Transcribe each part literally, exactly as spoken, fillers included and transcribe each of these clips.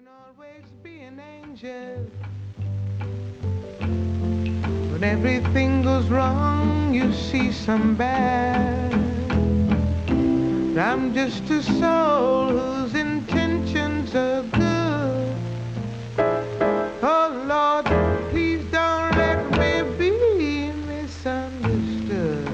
When everything goes wrong, you see some bad. I'm just a soul whose intentions are good. Oh Lord, please don't let me be misunderstood.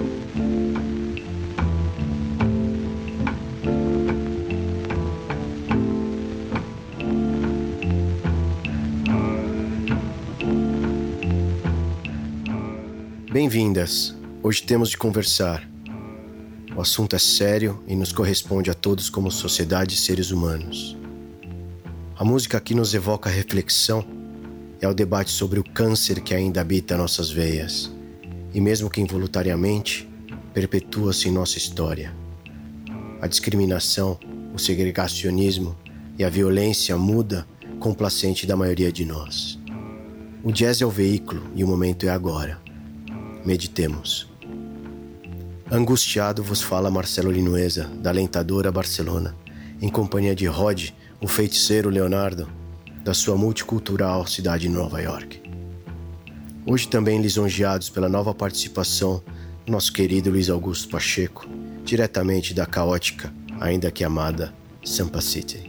Bem-vindas! Hoje temos de conversar. O assunto é sério e nos corresponde a todos como sociedade e seres humanos. A música aqui nos evoca a reflexão e ao debate sobre o câncer que ainda habita nossas veias e, mesmo que involuntariamente, perpetua-se em nossa história. A discriminação, o segregacionismo e a violência muda complacente da maioria de nós. O jazz é o veículo e o momento é agora. Meditemos. Angustiado vos fala Marcelo Linueza, da alentadora Barcelona, em companhia de Rod, o feiticeiro Leonardo, da sua multicultural cidade de Nova York. Hoje também lisonjeados pela nova participação do nosso querido Luiz Augusto Pacheco, diretamente da caótica, ainda que amada, Sampa City.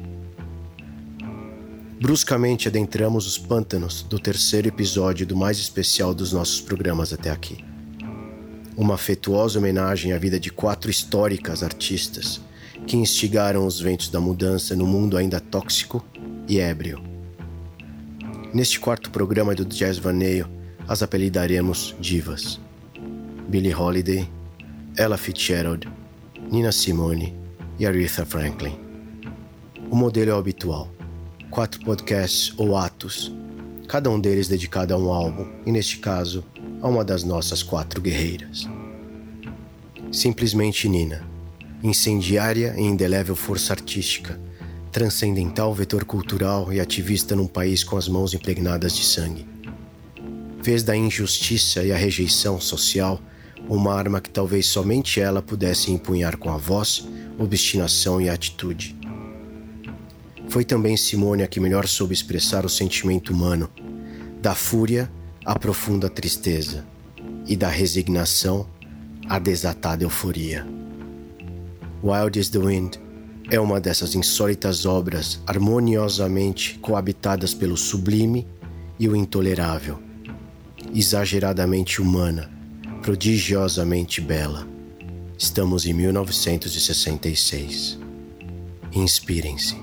Bruscamente adentramos os pântanos do terceiro episódio do mais especial dos nossos programas até aqui. Uma afetuosa homenagem à vida de quatro históricas artistas que instigaram os ventos da mudança no mundo ainda tóxico e ébrio. Neste quarto programa do Jazz Vaneio, as apelidaremos divas. Billie Holiday, Ella Fitzgerald, Nina Simone e Aretha Franklin. O modelo é o habitual. Quatro podcasts ou atos, cada um deles dedicado a um álbum, e neste caso, a uma das nossas quatro guerreiras. Simplesmente Nina, incendiária e indelével força artística, transcendental vetor cultural e ativista num país com as mãos impregnadas de sangue. Fez da injustiça e a rejeição social uma arma que talvez somente ela pudesse empunhar com a voz, obstinação e atitude. Foi também Simone a que melhor soube expressar o sentimento humano, da fúria à profunda tristeza e da resignação à desatada euforia. Wild is the Wind é uma dessas insólitas obras harmoniosamente coabitadas pelo sublime e o intolerável, exageradamente humana, prodigiosamente bela. Estamos em mil novecentos e sessenta e seis. Inspirem-se.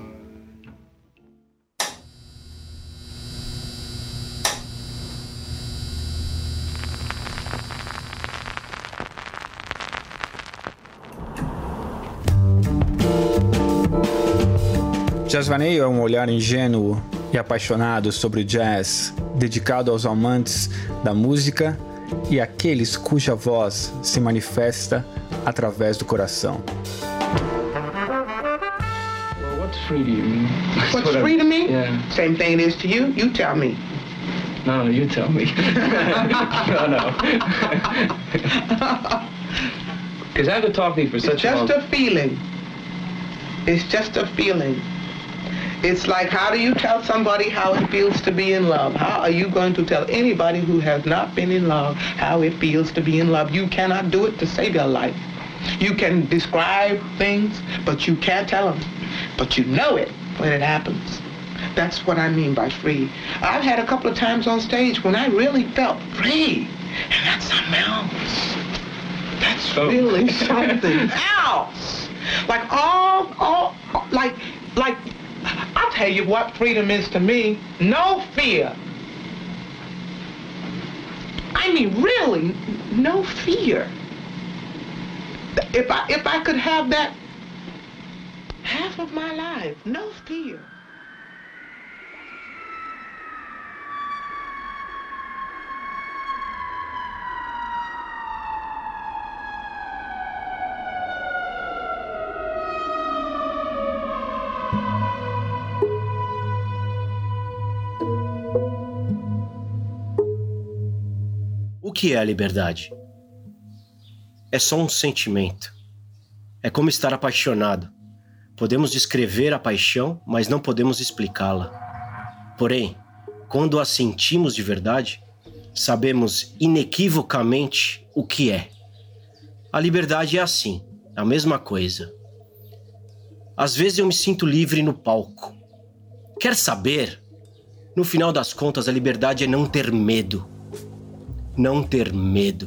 Jazz Vaneio é um olhar ingênuo e apaixonado sobre o jazz, dedicado aos amantes da música e àqueles cuja voz se manifesta através do coração. Well, what's free to you? What's what free to me? Yeah. Same thing it is to you. You tell me. No, you tell me. no, no. Because I've been talking for such it's a long... just a feeling. It's just a feeling. It's like, how do you tell somebody how it feels to be in love? How are you going to tell anybody who has not been in love how it feels to be in love? You cannot do it to save your life. You can describe things, but you can't tell them. But you know it when it happens. That's what I mean by free. I've had a couple of times on stage when I really felt free. And that's something else. That's oh. really something else. Like all, all, like, like, I'll tell you what freedom is to me. No fear. I mean, really, no fear. If I, if I could have that half of my life, no fear. O que é a liberdade? É só um sentimento. É como estar apaixonado. Podemos descrever a paixão, mas não podemos explicá-la. Porém, quando a sentimos de verdade, sabemos inequivocamente o que é. A liberdade é assim, a mesma coisa. Às vezes eu me sinto livre no palco. Quer saber? No final das contas, a liberdade é não ter medo. Não ter medo.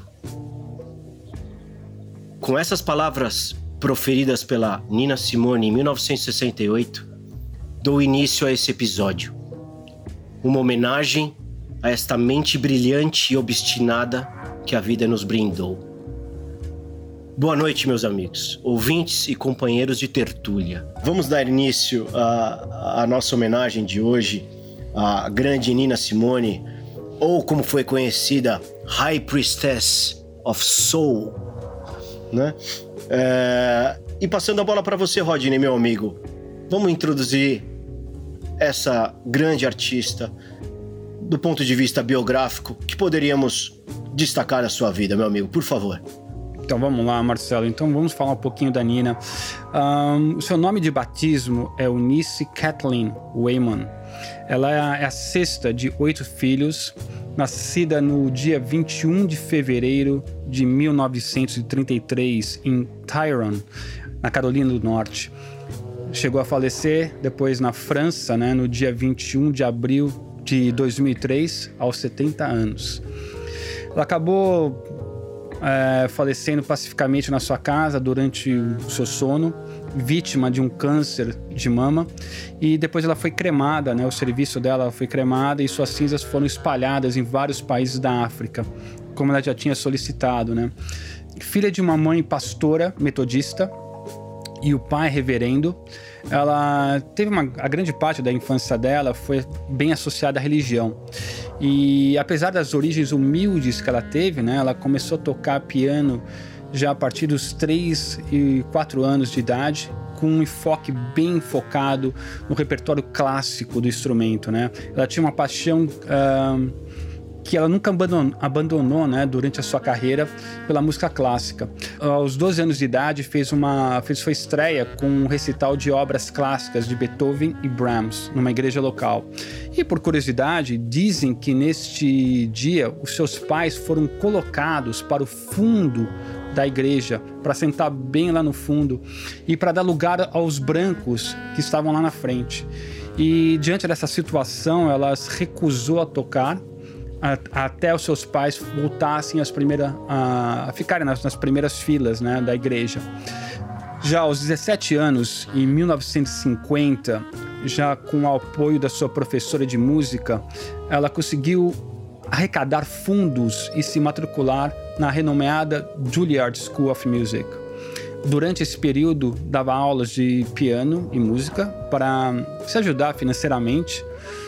Com essas palavras proferidas pela Nina Simone em mil novecentos e sessenta e oito, dou início a esse episódio. Uma homenagem a esta mente brilhante e obstinada que a vida nos brindou. Boa noite, meus amigos, ouvintes e companheiros de tertúlia. Vamos dar início à, à nossa homenagem de hoje à grande Nina Simone, ou como foi conhecida, High Priestess of Soul, né? É, e passando a bola para você, Rodney, meu amigo, vamos introduzir essa grande artista do ponto de vista biográfico que poderíamos destacar na sua vida, meu amigo, por favor. Então vamos lá, Marcelo. Então vamos falar um pouquinho da Nina. Um, o seu nome de batismo é Eunice Kathleen Wayman. Ela é a sexta de oito filhos, nascida no dia vinte e um de fevereiro de mil novecentos e trinta e três em Tyrone, na Carolina do Norte. Chegou a falecer depois na França, né, no dia vinte e um de abril de dois mil e três, aos setenta anos. Ela acabou É, falecendo pacificamente na sua casa durante o seu sono, vítima de um câncer de mama, e depois ela foi cremada, né? O serviço dela foi cremado e suas cinzas foram espalhadas em vários países da África, como ela já tinha solicitado, né? Filha de uma mãe pastora metodista e o pai reverendo, ela teve uma a grande parte da infância dela foi bem associada à religião. E apesar das origens humildes que ela teve, né, ela começou a tocar piano já a partir dos três e quatro anos de idade, com um enfoque bem focado no repertório clássico do instrumento, né? Ela tinha uma paixão uh, que ela nunca abandonou, abandonou, né, durante a sua carreira pela música clássica. Aos doze anos de idade fez, uma, fez sua estreia com um recital de obras clássicas de Beethoven e Brahms numa igreja local. E por curiosidade, dizem que neste dia os seus pais foram colocados para o fundo da igreja, para sentar bem lá no fundo e para dar lugar aos brancos que estavam lá na frente. E diante dessa situação, ela recusou a tocar até os seus pais voltassem às primeiras, a, a ficarem nas, nas primeiras filas, né, da igreja. Já aos dezessete anos, em mil novecentos e cinquenta, já com o apoio da sua professora de música, ela conseguiu arrecadar fundos e se matricular na renomeada Juilliard School of Music. Durante esse período, dava aulas de piano e música para se ajudar financeiramente,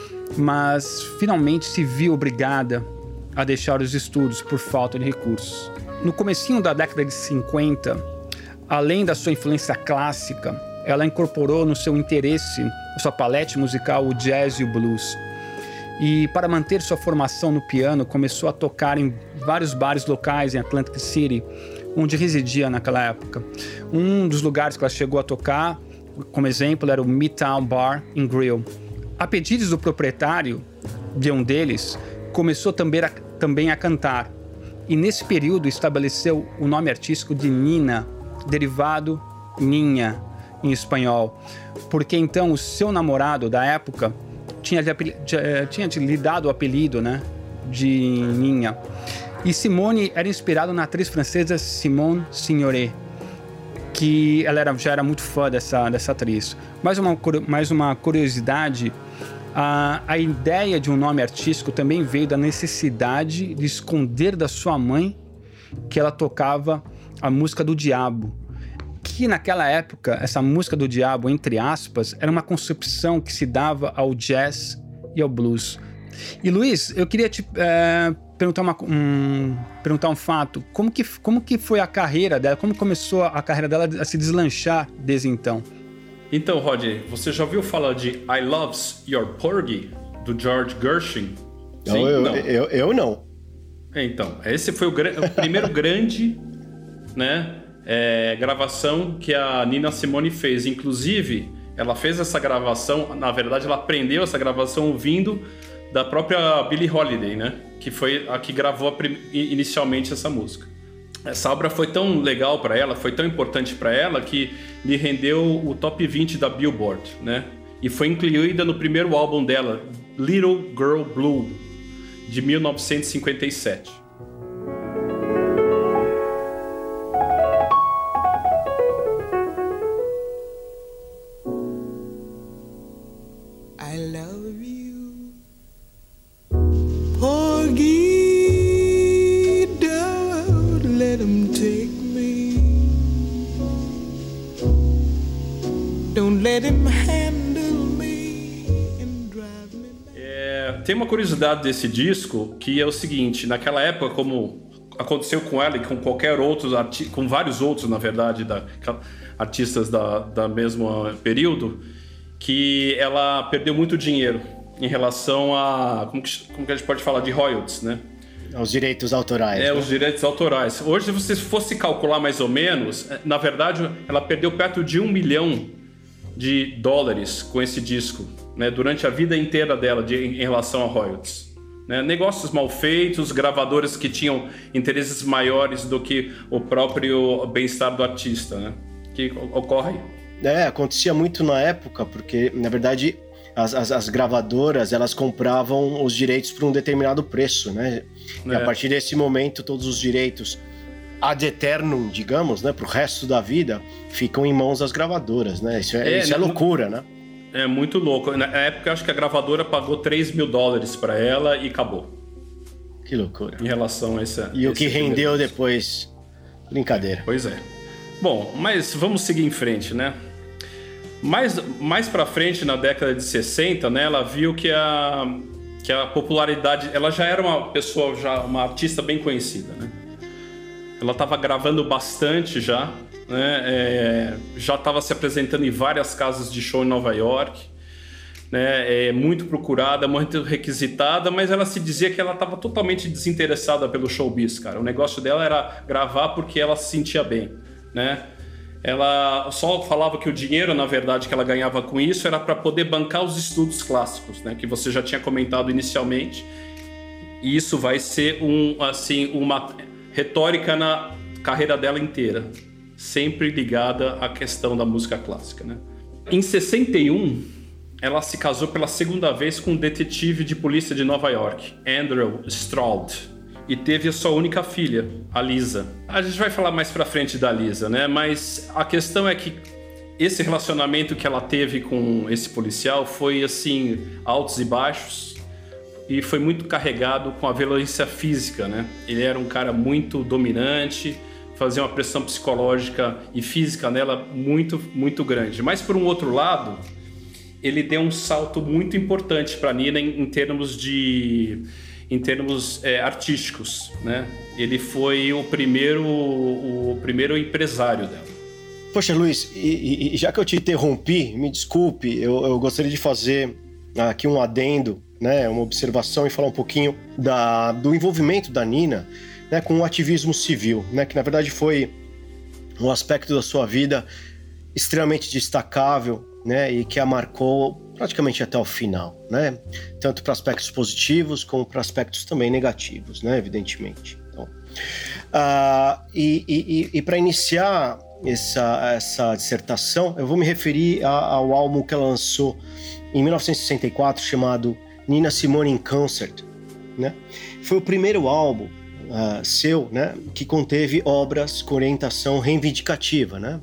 mas finalmente se viu obrigada a deixar os estudos por falta de recursos. No comecinho da década de cinquenta, além da sua influência clássica, ela incorporou no seu interesse, na sua palete musical, o jazz e o blues. E para manter sua formação no piano, começou a tocar em vários bares locais em Atlantic City, onde residia naquela época. Um dos lugares que ela chegou a tocar, como exemplo, era o Midtown Bar and Grill. A pedidos do proprietário de um deles, começou também a, também a cantar. E nesse período estabeleceu o nome artístico de Nina, derivado Ninha em espanhol. Porque então o seu namorado da época tinha, tinha lhe dado o apelido, né, de Ninha. E Simone era inspirado na atriz francesa Simone Signoret, que ela era, já era muito fã dessa, dessa atriz. Mais uma, mais uma curiosidade, a, a ideia de um nome artístico também veio da necessidade de esconder da sua mãe que ela tocava a música do diabo. Que naquela época, essa música do diabo, entre aspas, era uma concepção que se dava ao jazz e ao blues. E Luiz, eu queria te é, perguntar, uma, um, perguntar um fato. Como que, como que foi a carreira dela? Como começou a carreira dela a se deslanchar desde então? Então, Rodney, você já ouviu falar de I Loves Your Porgy, do George Gershwin? Não, Sim, eu, não. Eu, eu não. Então, esse foi o, o primeiro grande, né, é, gravação que a Nina Simone fez. Inclusive, Ela fez essa gravação, na verdade ela aprendeu essa gravação ouvindo da própria Billie Holiday, né? Que foi a que gravou a prim... inicialmente essa música. Essa obra foi tão legal para ela, foi tão importante para ela, que lhe rendeu o top vinte da Billboard, né? E foi incluída no primeiro álbum dela, Little Girl Blue, de mil novecentos e cinquenta e sete. I love you, Porgy, don't let him take me, don't let him handle me and drive me back. É, tem uma curiosidade desse disco, que é o seguinte, naquela época, como aconteceu com ela e com qualquer outro, arti- com vários outros, na verdade, da, artistas da, da mesmo período, que ela perdeu muito dinheiro em relação a, como que, como que a gente pode falar, de royalties, né? Os direitos autorais. É, né? os direitos autorais. Hoje, se você fosse calcular mais ou menos, na verdade, ela perdeu perto de um milhão de dólares com esse disco, né? Durante a vida inteira dela de, em relação a royalties. Né? Negócios mal feitos, gravadoras que tinham interesses maiores do que o próprio bem-estar do artista, né? Que ocorre. É, acontecia muito na época, porque, na verdade, as, as, as gravadoras, elas compravam os direitos por um determinado preço, né? E É. a partir desse momento, todos os direitos ad eternum, digamos, né, pro resto da vida, ficam em mãos das gravadoras, né? Isso é, É, isso é não- loucura, né? É muito louco. Na época, eu acho que a gravadora pagou três mil dólares para ela e acabou. Que loucura. Em relação a essa. E o esse que rendeu primeiro- depois? Brincadeira. Pois é. Bom, mas vamos seguir em frente, né? Mais, mais pra frente, na década de sessenta, né, ela viu que a, que a popularidade... Ela já era uma pessoa, já uma artista bem conhecida, né? Ela estava gravando bastante já, né? É, já estava se apresentando em várias casas de show em Nova York, né? É, muito procurada, muito requisitada, mas ela se dizia que ela estava totalmente desinteressada pelo showbiz, cara. O negócio dela era gravar porque ela se sentia bem, né? Ela só falava que o dinheiro, na verdade, que ela ganhava com isso era para poder bancar os estudos clássicos, né? Que você já tinha comentado inicialmente. E isso vai ser um, assim, uma retórica na carreira dela inteira, sempre ligada à questão da música clássica, né? Em sessenta e um, ela se casou pela segunda vez com um detetive de polícia de Nova York, Andrew Stroud. E teve a sua única filha, a Lisa. A gente vai falar mais pra frente da Lisa, né? Mas a questão é que esse relacionamento que ela teve com esse policial foi, assim, altos e baixos. E foi muito carregado com a violência física, né? Ele era um cara muito dominante, fazia uma pressão psicológica e física nela muito, muito grande. Mas, por um outro lado, ele deu um salto muito importante pra Nina em, em termos de... em termos é, artísticos, né? Ele foi o primeiro, o primeiro empresário dela. Poxa, Luiz, e, e já que eu te interrompi, me desculpe, eu, eu gostaria de fazer aqui um adendo, né, uma observação e falar um pouquinho da, do envolvimento da Nina, né, com o ativismo civil, né, que na verdade foi um aspecto da sua vida extremamente destacável, né, e que a marcou praticamente até o final, né? Tanto para aspectos positivos como para aspectos também negativos, né? Evidentemente. Então, uh, e e, e para iniciar essa, essa dissertação, eu vou me referir a, ao álbum que ela lançou em mil novecentos e sessenta e quatro, chamado Nina Simone in Concert, né? Foi o primeiro álbum uh, seu, né, que conteve obras com orientação reivindicativa, né?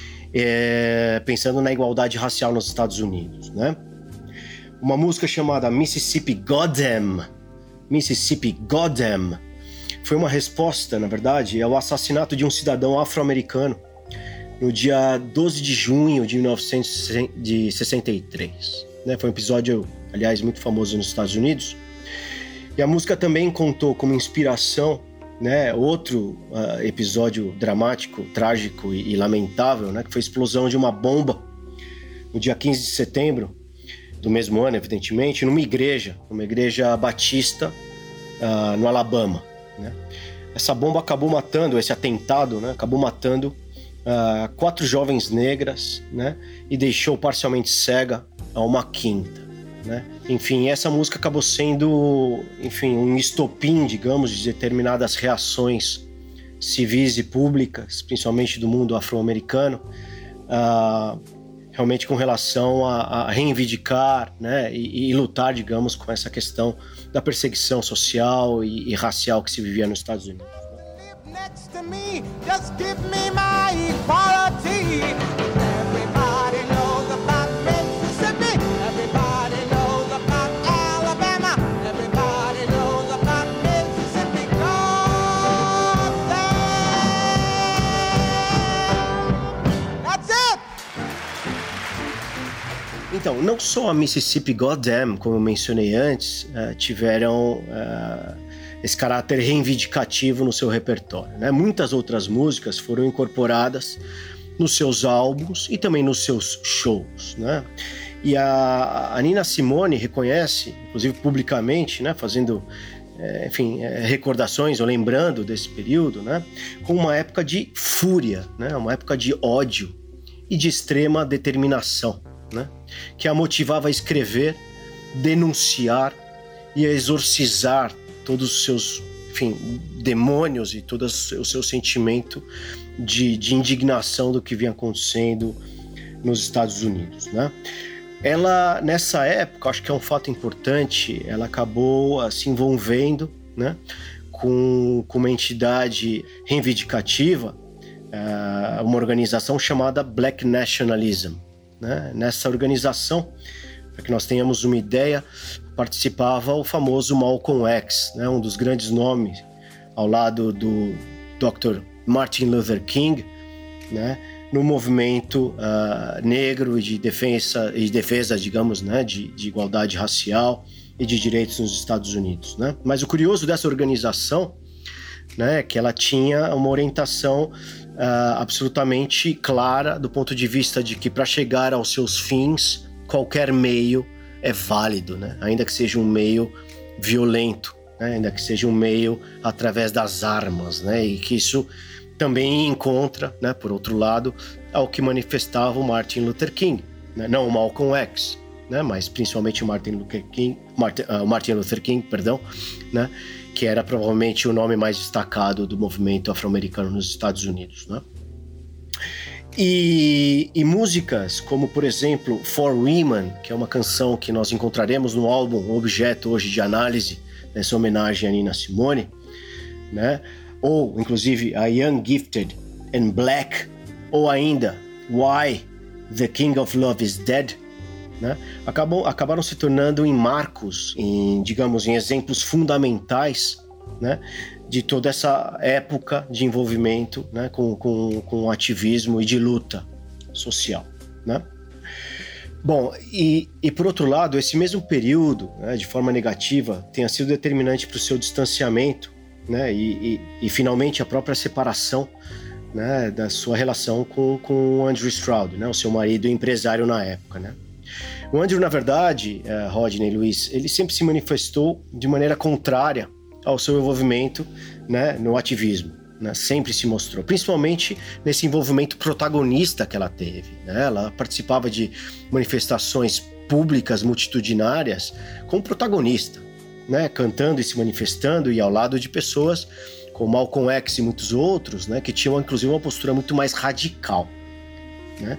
É, pensando na igualdade racial nos Estados Unidos, né? Uma música chamada Mississippi Goddam, Mississippi Goddam, foi uma resposta, na verdade, ao assassinato de um cidadão afro-americano no dia doze de junho de mil novecentos e sessenta e três. Né? Foi um episódio, aliás, muito famoso nos Estados Unidos. E a música também contou como inspiração, né, outro uh, episódio dramático, trágico e, e lamentável, né, que foi a explosão de uma bomba no dia quinze de setembro do mesmo ano, evidentemente, numa igreja, numa igreja batista uh, no Alabama, né? Essa bomba acabou matando, esse atentado, né, acabou matando uh, quatro jovens negras, né? E deixou parcialmente cega a uma quinta, né? Enfim, essa música acabou sendo, enfim, um estopim, digamos, de determinadas reações civis e públicas, principalmente do mundo afro-americano, uh, realmente com relação a, a reivindicar, né, e, e lutar, digamos, com essa questão da perseguição social e, e racial que se vivia nos Estados Unidos. Então, não só a Mississippi Goddam, como eu mencionei antes, uh, tiveram uh, esse caráter reivindicativo no seu repertório, né? Muitas outras músicas foram incorporadas nos seus álbuns e também nos seus shows, né? E a, a Nina Simone reconhece, inclusive publicamente, né, fazendo é, enfim, é, recordações ou lembrando desse período, né, como uma época de fúria, né, uma época de ódio e de extrema determinação, né, que a motivava a escrever, denunciar e a exorcizar todos os seus, enfim, demônios e todo o seu sentimento de, de indignação do que vinha acontecendo nos Estados Unidos, né? Ela, nessa época, acho que é um fato importante, ela acabou se envolvendo, né, com, com uma entidade reivindicativa, uh, uma organização chamada Black Nationalism, né? Nessa organização, para que nós tenhamos uma ideia, participava o famoso Malcolm X, né, um dos grandes nomes, ao lado do doutor Martin Luther King, né, no movimento uh, negro de defesa, de defesa digamos, né, de, de igualdade racial e de direitos nos Estados Unidos, né? Mas o curioso dessa organização, né, é que ela tinha uma orientação uh, absolutamente clara do ponto de vista de que, para chegar aos seus fins, qualquer meio é válido, né? Ainda que seja um meio violento, né? Ainda que seja um meio através das armas, né? E que isso também encontra, né, por outro lado, ao que manifestava o Martin Luther King, né? Não o Malcolm X, né, mas principalmente o Martin Luther King, Martin, uh, Martin Luther King, perdão, né, que era provavelmente o nome mais destacado do movimento afro-americano nos Estados Unidos, né? E, e músicas como, por exemplo, For Women, que é uma canção que nós encontraremos no álbum objeto hoje de análise, nessa homenagem a Nina Simone, né? Ou, inclusive, a Young, Gifted and Black, ou ainda Why the King of Love is Dead, né? Acabam, acabaram se tornando em marcos, em, digamos, em exemplos fundamentais, né, de toda essa época de envolvimento, né, com, com, com ativismo e de luta social, né? Bom, e, e por outro lado, esse mesmo período, né, de forma negativa, tenha sido determinante para o seu distanciamento, né, e, e, e finalmente a própria separação, né, da sua relação com, com o Andrew Stroud, né, o seu marido e empresário na época, né? O Andrew, na verdade, uh, Rodney e Luiz, ele sempre se manifestou de maneira contrária ao seu envolvimento, né, no ativismo, né? Sempre se mostrou, principalmente nesse envolvimento protagonista que ela teve, né? Ela participava de manifestações públicas multitudinárias como protagonista, né, cantando e se manifestando, e ao lado de pessoas como Malcolm X e muitos outros, né, que tinham inclusive uma postura muito mais radical, né?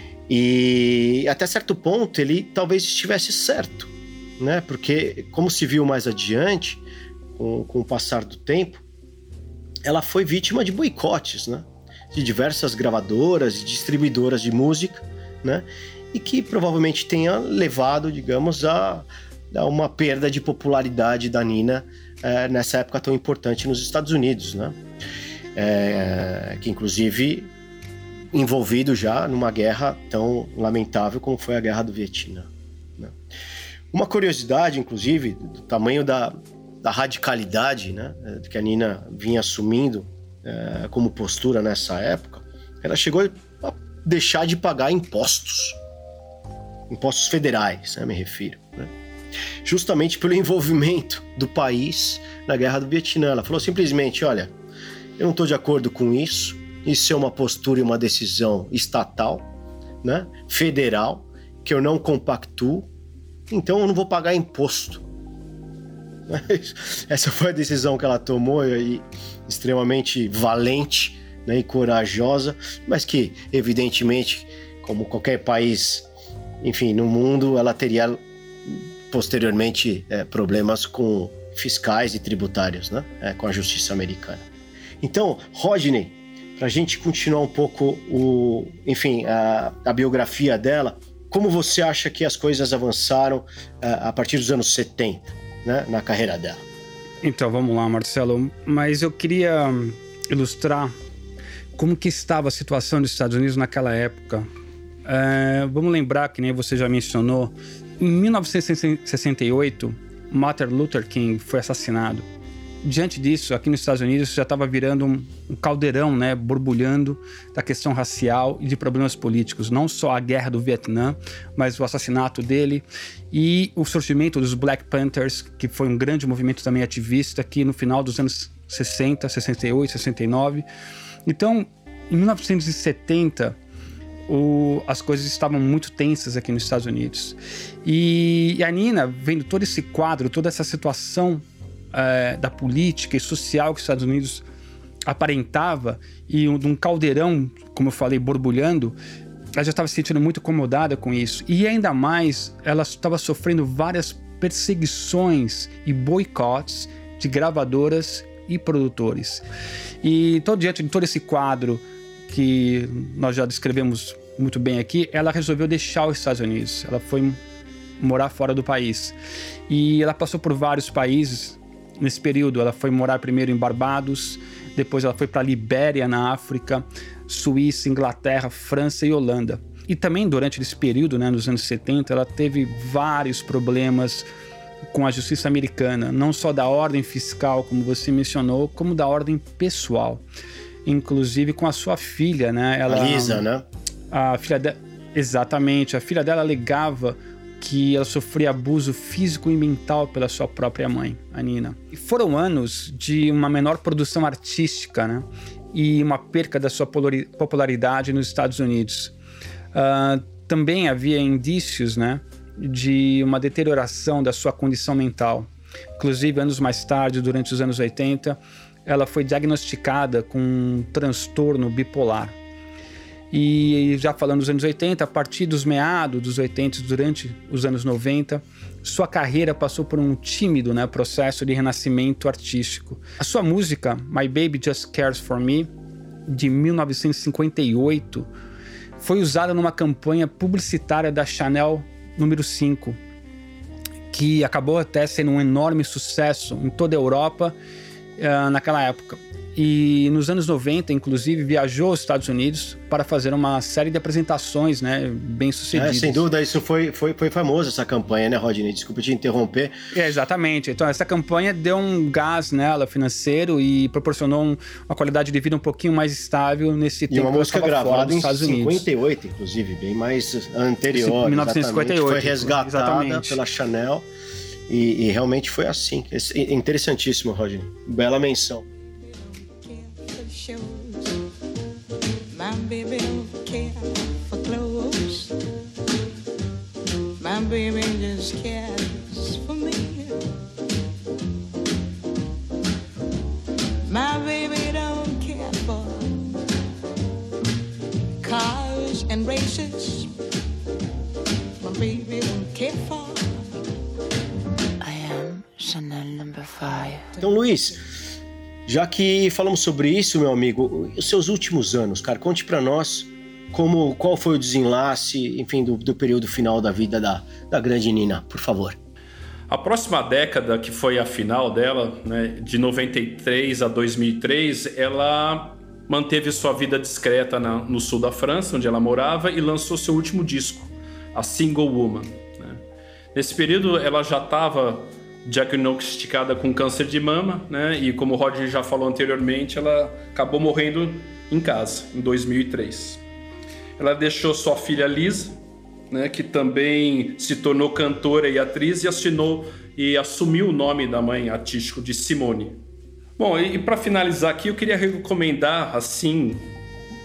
E até certo ponto ele talvez estivesse certo, né, porque, como se viu mais adiante, com, com o passar do tempo, ela foi vítima de boicotes, né, de diversas gravadoras e distribuidoras de música, né, e que provavelmente tenha levado, digamos, a Dá uma perda de popularidade da Nina é, nessa época tão importante nos Estados Unidos, né? É, que inclusive envolvido já numa guerra tão lamentável como foi a Guerra do Vietnã, né? Uma curiosidade, inclusive, do tamanho da, da radicalidade, né, que a Nina vinha assumindo é, como postura nessa época, ela chegou a deixar de pagar impostos, impostos federais, né, me refiro, né? Justamente pelo envolvimento do país na Guerra do Vietnã. Ela falou simplesmente, olha, eu não estou de acordo com isso, Isso é uma postura e uma decisão estatal, né? Federal, que eu não compactuo, então eu não vou pagar imposto. Essa foi a decisão que ela tomou, e extremamente valente, né, e corajosa, mas que, evidentemente, como qualquer país, enfim, no mundo, ela teria posteriormente é, problemas com fiscais e tributários, né, é, com a justiça americana. Então, Rodney, para a gente continuar um pouco o, enfim, a, a biografia dela, como você acha que as coisas avançaram a, a partir dos anos setenta, né, na carreira dela? Então, vamos lá, Marcelo. Mas eu queria ilustrar como que estava a situação dos Estados Unidos naquela época. É, vamos lembrar, que nem você já mencionou, em mil novecentos e sessenta e oito, Martin Luther King foi assassinado. Diante disso, aqui nos Estados Unidos já estava virando um, um caldeirão, né, borbulhando da questão racial e de problemas políticos. Não só a guerra do Vietnã, mas o assassinato dele e o surgimento dos Black Panthers, que foi um grande movimento também ativista aqui no final dos anos sessenta, sessenta e oito, sessenta e nove. Então, em mil novecentos e setenta, o, as coisas estavam muito tensas aqui nos Estados Unidos. E, e a Nina, vendo todo esse quadro, toda essa situação É, da política e social que os Estados Unidos aparentava, e um, um caldeirão, como eu falei, borbulhando, ela já estava se sentindo muito incomodada com isso. E ainda mais, ela estava sofrendo várias perseguições e boicotes de gravadoras e produtores. E todo, diante de todo esse quadro que nós já descrevemos muito bem aqui, ela resolveu deixar os Estados Unidos. Ela foi morar fora do país. E ela passou por vários países. Nesse período, ela foi morar primeiro em Barbados, depois ela foi para Libéria, na África, Suíça, Inglaterra, França e Holanda. E também durante esse período, né, nos anos setenta, ela teve vários problemas com a justiça americana, não só da ordem fiscal, como você mencionou, como da ordem pessoal. Inclusive com a sua filha, né? Ela, a Lisa, né? A filha de... Exatamente. A filha dela alegava que ela sofria abuso físico e mental pela sua própria mãe, a Nina. E foram anos de uma menor produção artística, né? E uma perca da sua popularidade nos Estados Unidos. Uh, também havia indícios, né, de uma deterioração da sua condição mental. Inclusive, anos mais tarde, durante os anos oitenta, ela foi diagnosticada com um transtorno bipolar. E já falando dos anos oitenta, a partir dos meados dos oitenta, durante os anos noventa, sua carreira passou por um tímido, né, processo de renascimento artístico. A sua música, My Baby Just Cares For Me, de mil novecentos e cinquenta e oito, foi usada numa campanha publicitária da Chanel número cinco, que acabou até sendo um enorme sucesso em toda a Europa uh, naquela época. E nos anos noventa, inclusive, viajou aos Estados Unidos para fazer uma série de apresentações, né, bem-sucedidas. É, sem dúvida, isso foi, foi, foi famoso, essa campanha, né, Rodney? Desculpa te interromper. É, exatamente. Então, essa campanha deu um gás nela financeiro e proporcionou um, uma qualidade de vida um pouquinho mais estável nesse tempo. E uma música gravada em cinquenta e oito, Unidos. Inclusive, bem mais anterior. mil novecentos e cinquenta e oito. Foi resgatada exatamente. pela Chanel e, e realmente foi assim. É interessantíssimo, Rodney. Bela menção. My baby don't care for clothes. My baby just cares for me. My baby don't care for cars and races. My baby don't care for. I am Chanel number five. Então, Luiz, já que falamos sobre isso, meu amigo, os seus últimos anos, cara, conte pra nós como, qual foi o desenlace, enfim, do, do período final da vida da, da grande Nina, por favor. A próxima década, que foi a final dela, né, de noventa e três a dois mil e três, ela manteve sua vida discreta na, no sul da França, onde ela morava, e lançou seu último disco, a Single Woman. Né? Nesse período, ela já estava diagnosticada com câncer de mama, né? E como o Roger já falou anteriormente, ela acabou morrendo em casa, em dois mil e três. Ela deixou sua filha Lisa, né, que também se tornou cantora e atriz, e assinou e assumiu o nome da mãe artístico de Simone. Bom, e, e para finalizar aqui, eu queria recomendar, assim,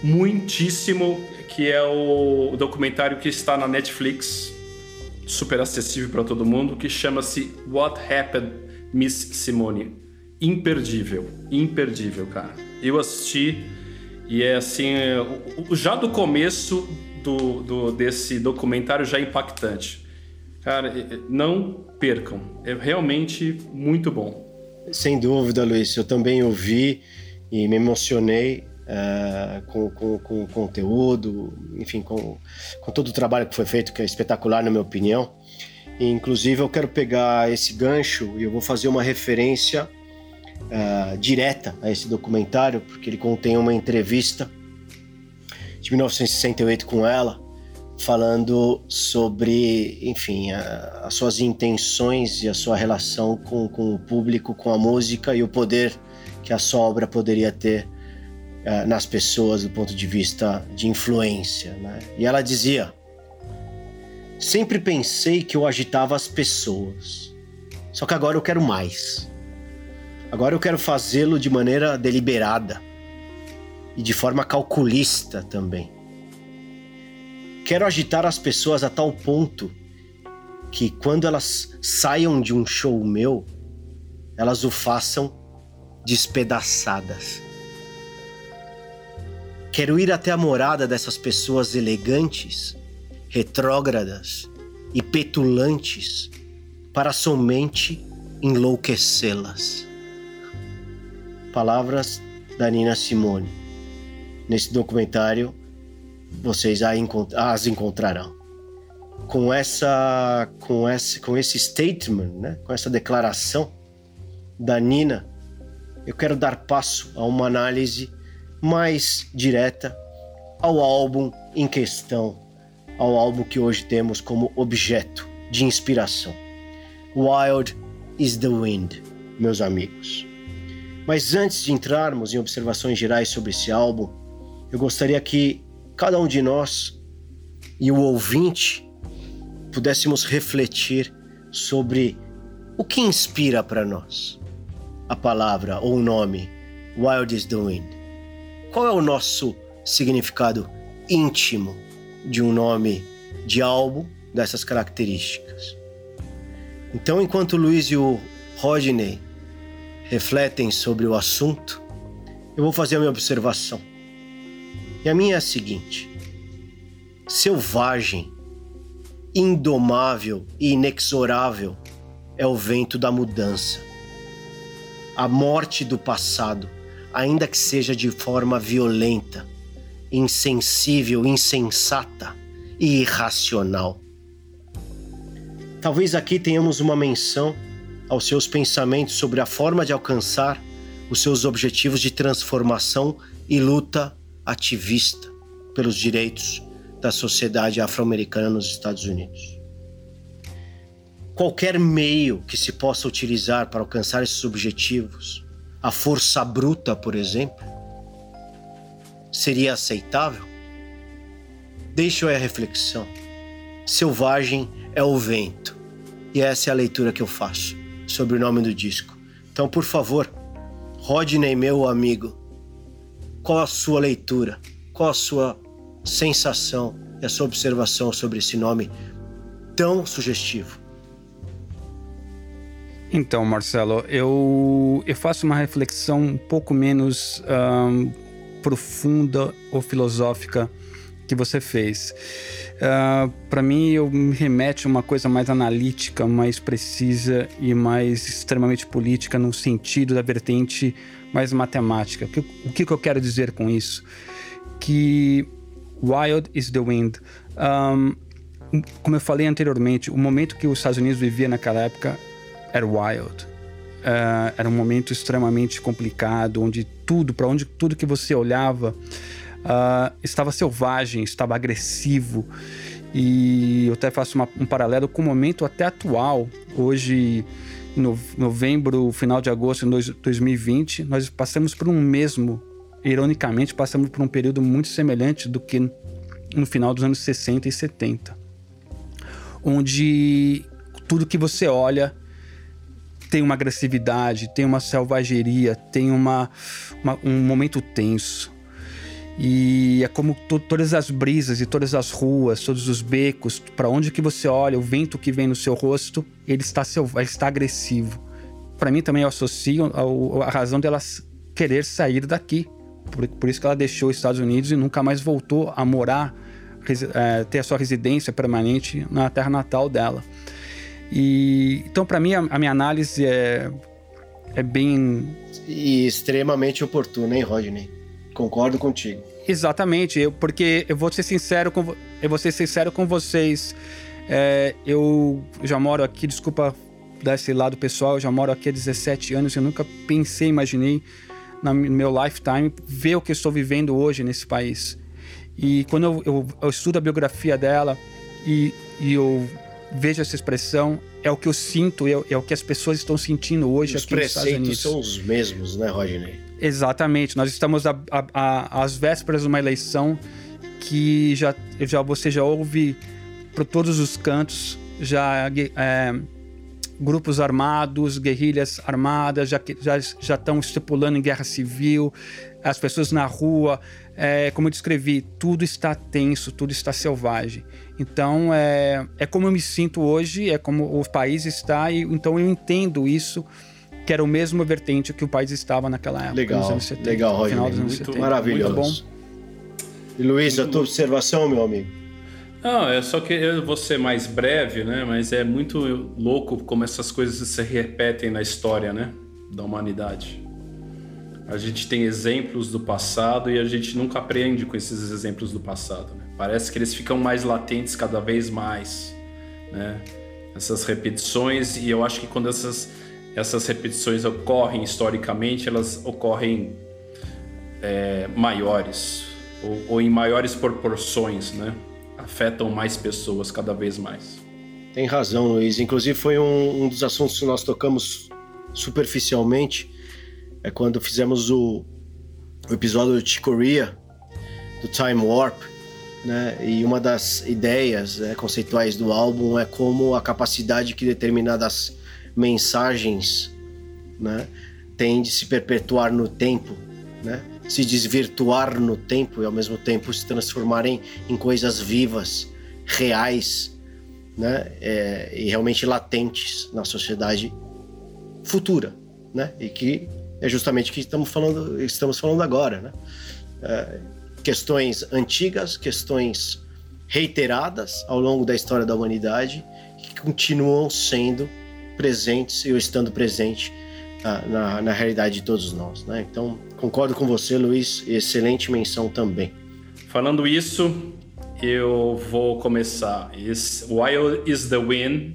muitíssimo, que é o documentário que está na Netflix, super acessível para todo mundo, que chama-se What Happened, Miss Simone. Imperdível, imperdível, cara. Eu assisti e é assim, já do começo do, do, desse documentário já é impactante. Cara, não percam, é realmente muito bom. Sem dúvida, Luiz, eu também ouvi e me emocionei uh, com, com, com o conteúdo, enfim, com, com todo o trabalho que foi feito, que é espetacular na minha opinião. E, inclusive eu quero pegar esse gancho e eu vou fazer uma referência uh, direta a esse documentário, porque ele contém uma entrevista de mil novecentos e sessenta e oito com ela, falando sobre, enfim, a, as suas intenções e a sua relação com, com o público, com a música e o poder que a sua obra poderia ter uh, nas pessoas do ponto de vista de influência, né? E ela dizia: sempre pensei que eu agitava as pessoas, só que agora eu quero mais. Agora eu quero fazê-lo de maneira deliberada e de forma calculista também. Quero agitar as pessoas a tal ponto que quando elas saiam de um show meu, elas o façam despedaçadas. Quero ir até a morada dessas pessoas elegantes, retrógradas e petulantes para somente enlouquecê-las. Palavras da Nina Simone. Nesse documentário vocês as encontrarão. Com essa, com esse, com esse statement, né? Com essa declaração da Nina, eu quero dar passo a uma análise mais direta ao álbum em questão, ao álbum que hoje temos como objeto de inspiração. Wild is the Wind, meus amigos. Mas antes de entrarmos em observações gerais sobre esse álbum, eu gostaria que cada um de nós e o ouvinte pudéssemos refletir sobre o que inspira para nós a palavra ou o nome Wild is the Wind. Qual é o nosso significado íntimo de um nome de álbum dessas características? Então, enquanto o Luiz e o Rodney refletem sobre o assunto, eu vou fazer a minha observação. E a minha é a seguinte: selvagem, indomável e inexorável é o vento da mudança. A morte do passado, ainda que seja de forma violenta, insensível, insensata e irracional. Talvez aqui tenhamos uma menção aos seus pensamentos sobre a forma de alcançar os seus objetivos de transformação e luta ativista pelos direitos da sociedade afro-americana nos Estados Unidos. Qualquer meio que se possa utilizar para alcançar esses objetivos, a força bruta, por exemplo, seria aceitável? Deixo aí a reflexão. Selvagem é o vento. E essa é a leitura que eu faço sobre o nome do disco. Então, por favor, Rodney, meu amigo, qual a sua leitura? Qual a sua sensação e a sua observação sobre esse nome tão sugestivo? Então, Marcelo, eu, eu faço uma reflexão um pouco menos um, profunda ou filosófica que você fez. Uh, para mim, eu me remete a uma coisa mais analítica, mais precisa e mais extremamente política, no sentido da vertente mais matemática. O que, o que eu quero dizer com isso? Que Wild is the Wind. Um, como eu falei anteriormente, o momento que os Estados Unidos vivia naquela época era wild. Uh, era um momento extremamente complicado, onde tudo, para onde tudo que você olhava uh, estava selvagem, estava agressivo. E eu até faço uma, um paralelo com o momento até atual. Hoje, em no, novembro, final de agosto de dois mil e vinte, nós passamos por um mesmo, ironicamente, passamos por um período muito semelhante do que no final dos anos sessenta e setenta. Onde tudo que você olha tem uma agressividade, tem uma selvageria, tem uma, uma, um momento tenso. E é como to- todas as brisas e todas as ruas, todos os becos, para onde que você olha, o vento que vem no seu rosto, ele está, selv- ele está agressivo. Para mim também eu associo ao, a razão dela querer sair daqui. Por, por isso que ela deixou os Estados Unidos e nunca mais voltou a morar, resi- é, ter a sua residência permanente na terra natal dela. E, então, para mim, a, a minha análise é, é bem... E extremamente oportuna, hein, Rodney? Concordo contigo. Exatamente, eu, porque eu vou ser sincero com, eu vou ser sincero com vocês. É, eu já moro aqui, desculpa dar esse lado pessoal, eu já moro aqui há dezessete anos, eu nunca pensei, imaginei no meu lifetime ver o que eu estou vivendo hoje nesse país. E quando eu, eu, eu estudo a biografia dela e, e eu vejo essa expressão, é o que eu sinto, é, é o que as pessoas estão sentindo hoje Os aqui nos Estados Unidos. Os preceitos são os mesmos, né, Rodney? Exatamente, nós estamos a, a, a, às vésperas de uma eleição que já, já, você já ouve por todos os cantos, já é, grupos armados, guerrilhas armadas já, já, já estão estipulando em guerra civil, as pessoas na rua, é, como eu descrevi, tudo está tenso, tudo está selvagem. Então é, é como eu me sinto hoje, é como o país está, e então eu entendo isso, que era o mesmo vertente que o país estava naquela época, legal, nos anos setenta. Legal, Rodney. Final dos anos muito setenta. maravilhoso. Muito bom. E Luiz, a tua observação, meu amigo? Não, é só que eu vou ser mais breve, né? Mas é muito louco como essas coisas se repetem na história, né? Da humanidade. A gente tem exemplos do passado e a gente nunca aprende com esses exemplos do passado, né? Parece que eles ficam mais latentes cada vez mais, né? Essas repetições, e eu acho que quando essas, essas repetições ocorrem historicamente, elas ocorrem é, maiores, ou, ou em maiores proporções, né? Afetam mais pessoas cada vez mais. Tem razão, Luiz. Inclusive foi um, um dos assuntos que nós tocamos superficialmente, é quando fizemos o, o episódio de Chicoria, do Time Warp, né? E uma das ideias, né, conceituais do álbum é como a capacidade que determinadas mensagens, né, tem de se perpetuar no tempo, né? Se desvirtuar no tempo e ao mesmo tempo se transformarem em coisas vivas, reais, né? É, e realmente latentes na sociedade futura, né? E que é justamente o que estamos falando, estamos falando agora, né? É, questões antigas, questões reiteradas ao longo da história da humanidade, que continuam sendo presentes e estando presente ah, na, na realidade de todos nós, né? Então, concordo com você, Luiz, excelente menção também. Falando isso, eu vou começar. Wild is the Wind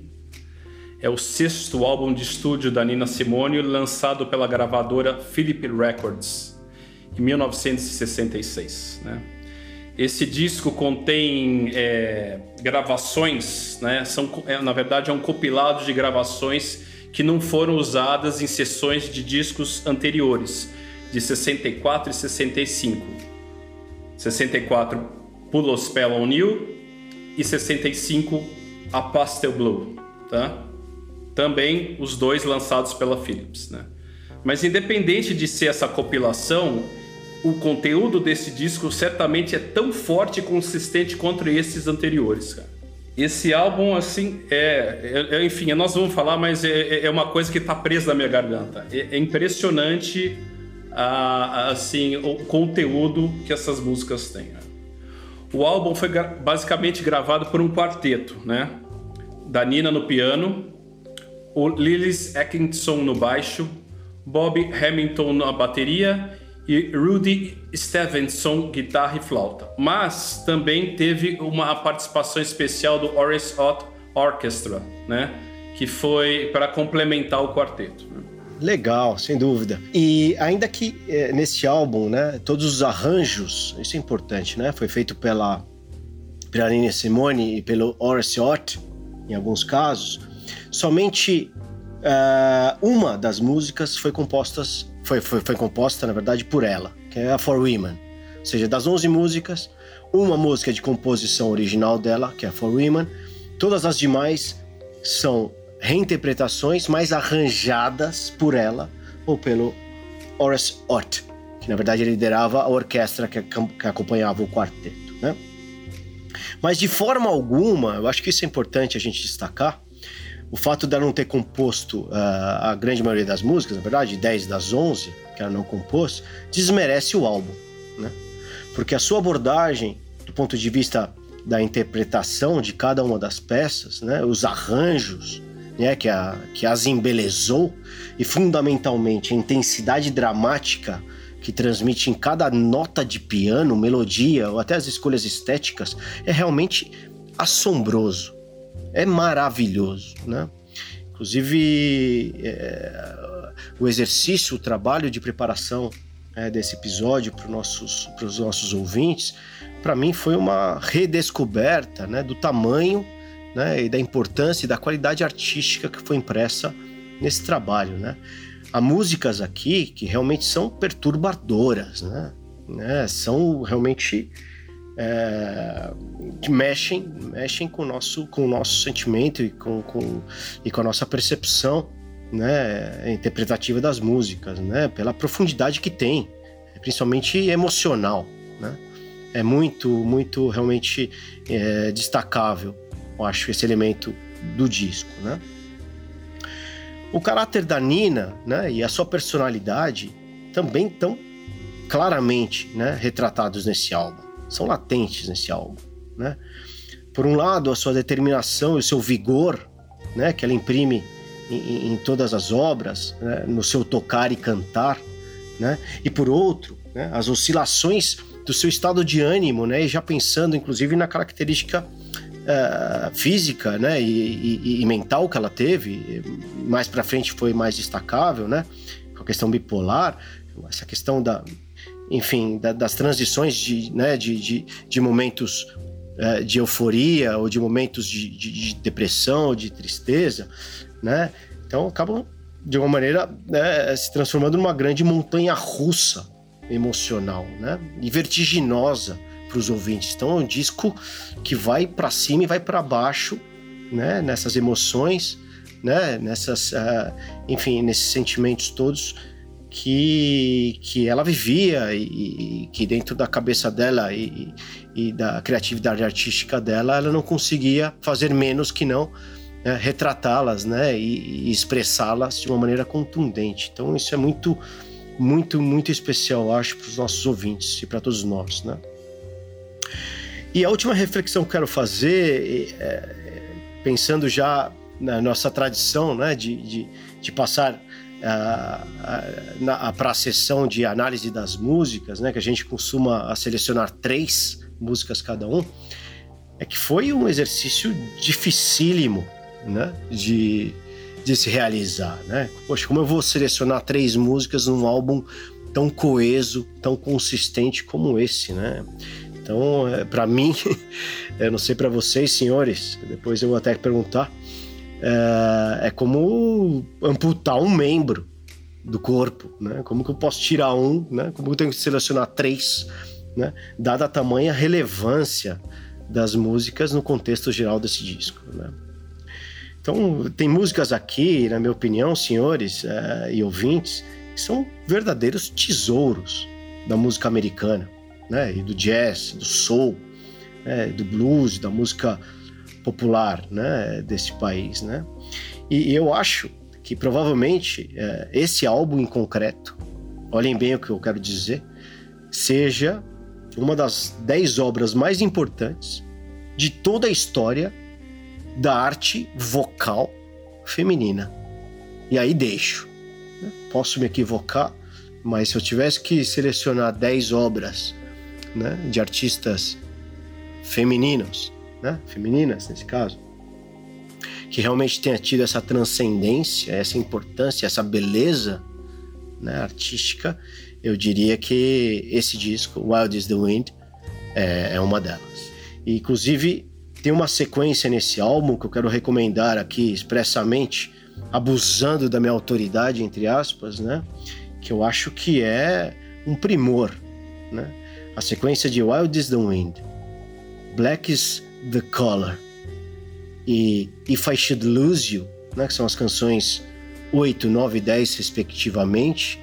é o sexto álbum de estúdio da Nina Simone, lançado pela gravadora Philip Records em mil novecentos e sessenta e seis, né? Esse disco contém é, gravações, né? São, é, na verdade é um compilado de gravações que não foram usadas em sessões de discos anteriores, de sessenta e quatro e sessenta e cinco. sessenta e quatro, Pull a Spell on You, e sessenta e cinco, A Pastel Blue, tá? Também os dois lançados pela Philips, né? Mas independente de ser essa compilação, o conteúdo desse disco certamente é tão forte e consistente quanto esses anteriores, cara. Esse álbum, assim, é, é enfim, nós vamos falar, mas é, é uma coisa que tá presa na minha garganta. É, é impressionante, a, a, assim, o conteúdo que essas músicas têm, né? O álbum foi gra- basicamente gravado por um quarteto, né? Da Nina no piano, o Lillis Atkinson no baixo, Bob Hamilton na bateria e Rudy Stevenson, guitarra e flauta. Mas também teve uma participação especial do Horace Ott Orchestra, né? Que foi para complementar o quarteto. Legal, sem dúvida. E ainda que é, nesse álbum, né, todos os arranjos, isso é importante, né? Foi feito pela, pela Nina Simone e pelo Horace Ott, em alguns casos. Somente uh, uma das músicas foi compostas, foi, foi, foi composta, na verdade, por ela, que é a For Women. Ou seja, das onze músicas, uma música de composição original dela, que é a For Women. Todas as demais são reinterpretações, mais arranjadas por ela ou pelo Horace Ott. que na verdade liderava a orquestra que, que acompanhava o quarteto, né? Mas de forma alguma, eu acho que isso é importante a gente destacar, o fato dela não ter composto uh, a grande maioria das músicas, na verdade, dez das onze que ela não compôs, desmerece o álbum, né? Porque a sua abordagem, do ponto de vista da interpretação de cada uma das peças, né, os arranjos, né, que, a, que as embelezou, e fundamentalmente a intensidade dramática que transmite em cada nota de piano, melodia ou até as escolhas estéticas, é realmente assombroso, é maravilhoso, né? Inclusive, é, o exercício, o trabalho de preparação é, desse episódio para os nossos, para os nossos ouvintes, para mim foi uma redescoberta, né, do tamanho, né, e da importância e da qualidade artística que foi impressa nesse trabalho, né? Há músicas aqui que realmente são perturbadoras, né? né? São realmente é, que mexem, mexem com o nosso, com o nosso sentimento e com, com, e com a nossa percepção, né, interpretativa das músicas, né? Pela profundidade que tem, principalmente emocional, né? É muito, muito realmente é, destacável, eu acho, esse elemento do disco, né? O caráter da Nina, né, e a sua personalidade também estão claramente, né, retratados nesse álbum, são latentes nesse álbum, né? Por um lado, a sua determinação e o seu vigor, né, que ela imprime em, em todas as obras, né, no seu tocar e cantar, né? E por outro, né, as oscilações do seu estado de ânimo, né, e já pensando inclusive na característica Uh, física, né, e, e, e mental que ela teve, mais pra frente foi mais destacável, né, com a questão bipolar, essa questão da, enfim, da, das transições de, né, de, de, de momentos uh, de euforia ou de momentos de, de, de depressão, de tristeza, né, então acabam de uma maneira, né, se transformando numa grande montanha russa emocional, né, e vertiginosa para os ouvintes. Então é um disco que vai para cima e vai para baixo, né, nessas emoções, né, nessas, uh, enfim, nesses sentimentos todos que, que ela vivia e, e que dentro da cabeça dela e, e da criatividade artística dela, ela não conseguia fazer menos que não, né, retratá-las, né, e, e expressá-las de uma maneira contundente. Então isso é muito, muito, muito especial, eu acho, para os nossos ouvintes e para todos nós, né? E a última reflexão que eu quero fazer, é, pensando já na nossa tradição, né, de, de, de passar uh, para a sessão de análise das músicas, né, que a gente costuma selecionar três músicas cada um, é que foi um exercício dificílimo, né, de, de se realizar, né? Poxa, como eu vou selecionar três músicas num álbum tão coeso, tão consistente como esse, né? Então, para mim, eu não sei para vocês, senhores, depois eu vou até perguntar, é, é como amputar um membro do corpo, né? Como que eu posso tirar um, né? Como eu tenho que selecionar três, né? Dada a tamanha relevância das músicas no contexto geral desse disco, né? Então, tem músicas aqui, na minha opinião, senhores é, e ouvintes, que são verdadeiros tesouros da música americana, né, e do jazz, do soul, né, do blues, da música popular, né, desse país, né? E, e eu acho que provavelmente é, esse álbum em concreto, olhem bem o que eu quero dizer, seja uma das dez obras mais importantes de toda a história da arte vocal feminina. E aí deixo, né? Posso me equivocar, mas se eu tivesse que selecionar dez obras, né, de artistas femininos, né, femininas nesse caso, que realmente tenha tido essa transcendência, essa importância, essa beleza, né, artística, eu diria que esse disco, Wild is the Wind, é, é uma delas. E, inclusive, tem uma sequência nesse álbum que eu quero recomendar aqui expressamente, abusando da minha autoridade, entre aspas, né, que eu acho que é um primor, né? A sequência de Wild is the Wind, Black is the Color e If I Should Lose You, né, que são as canções oito, nove e dez respectivamente,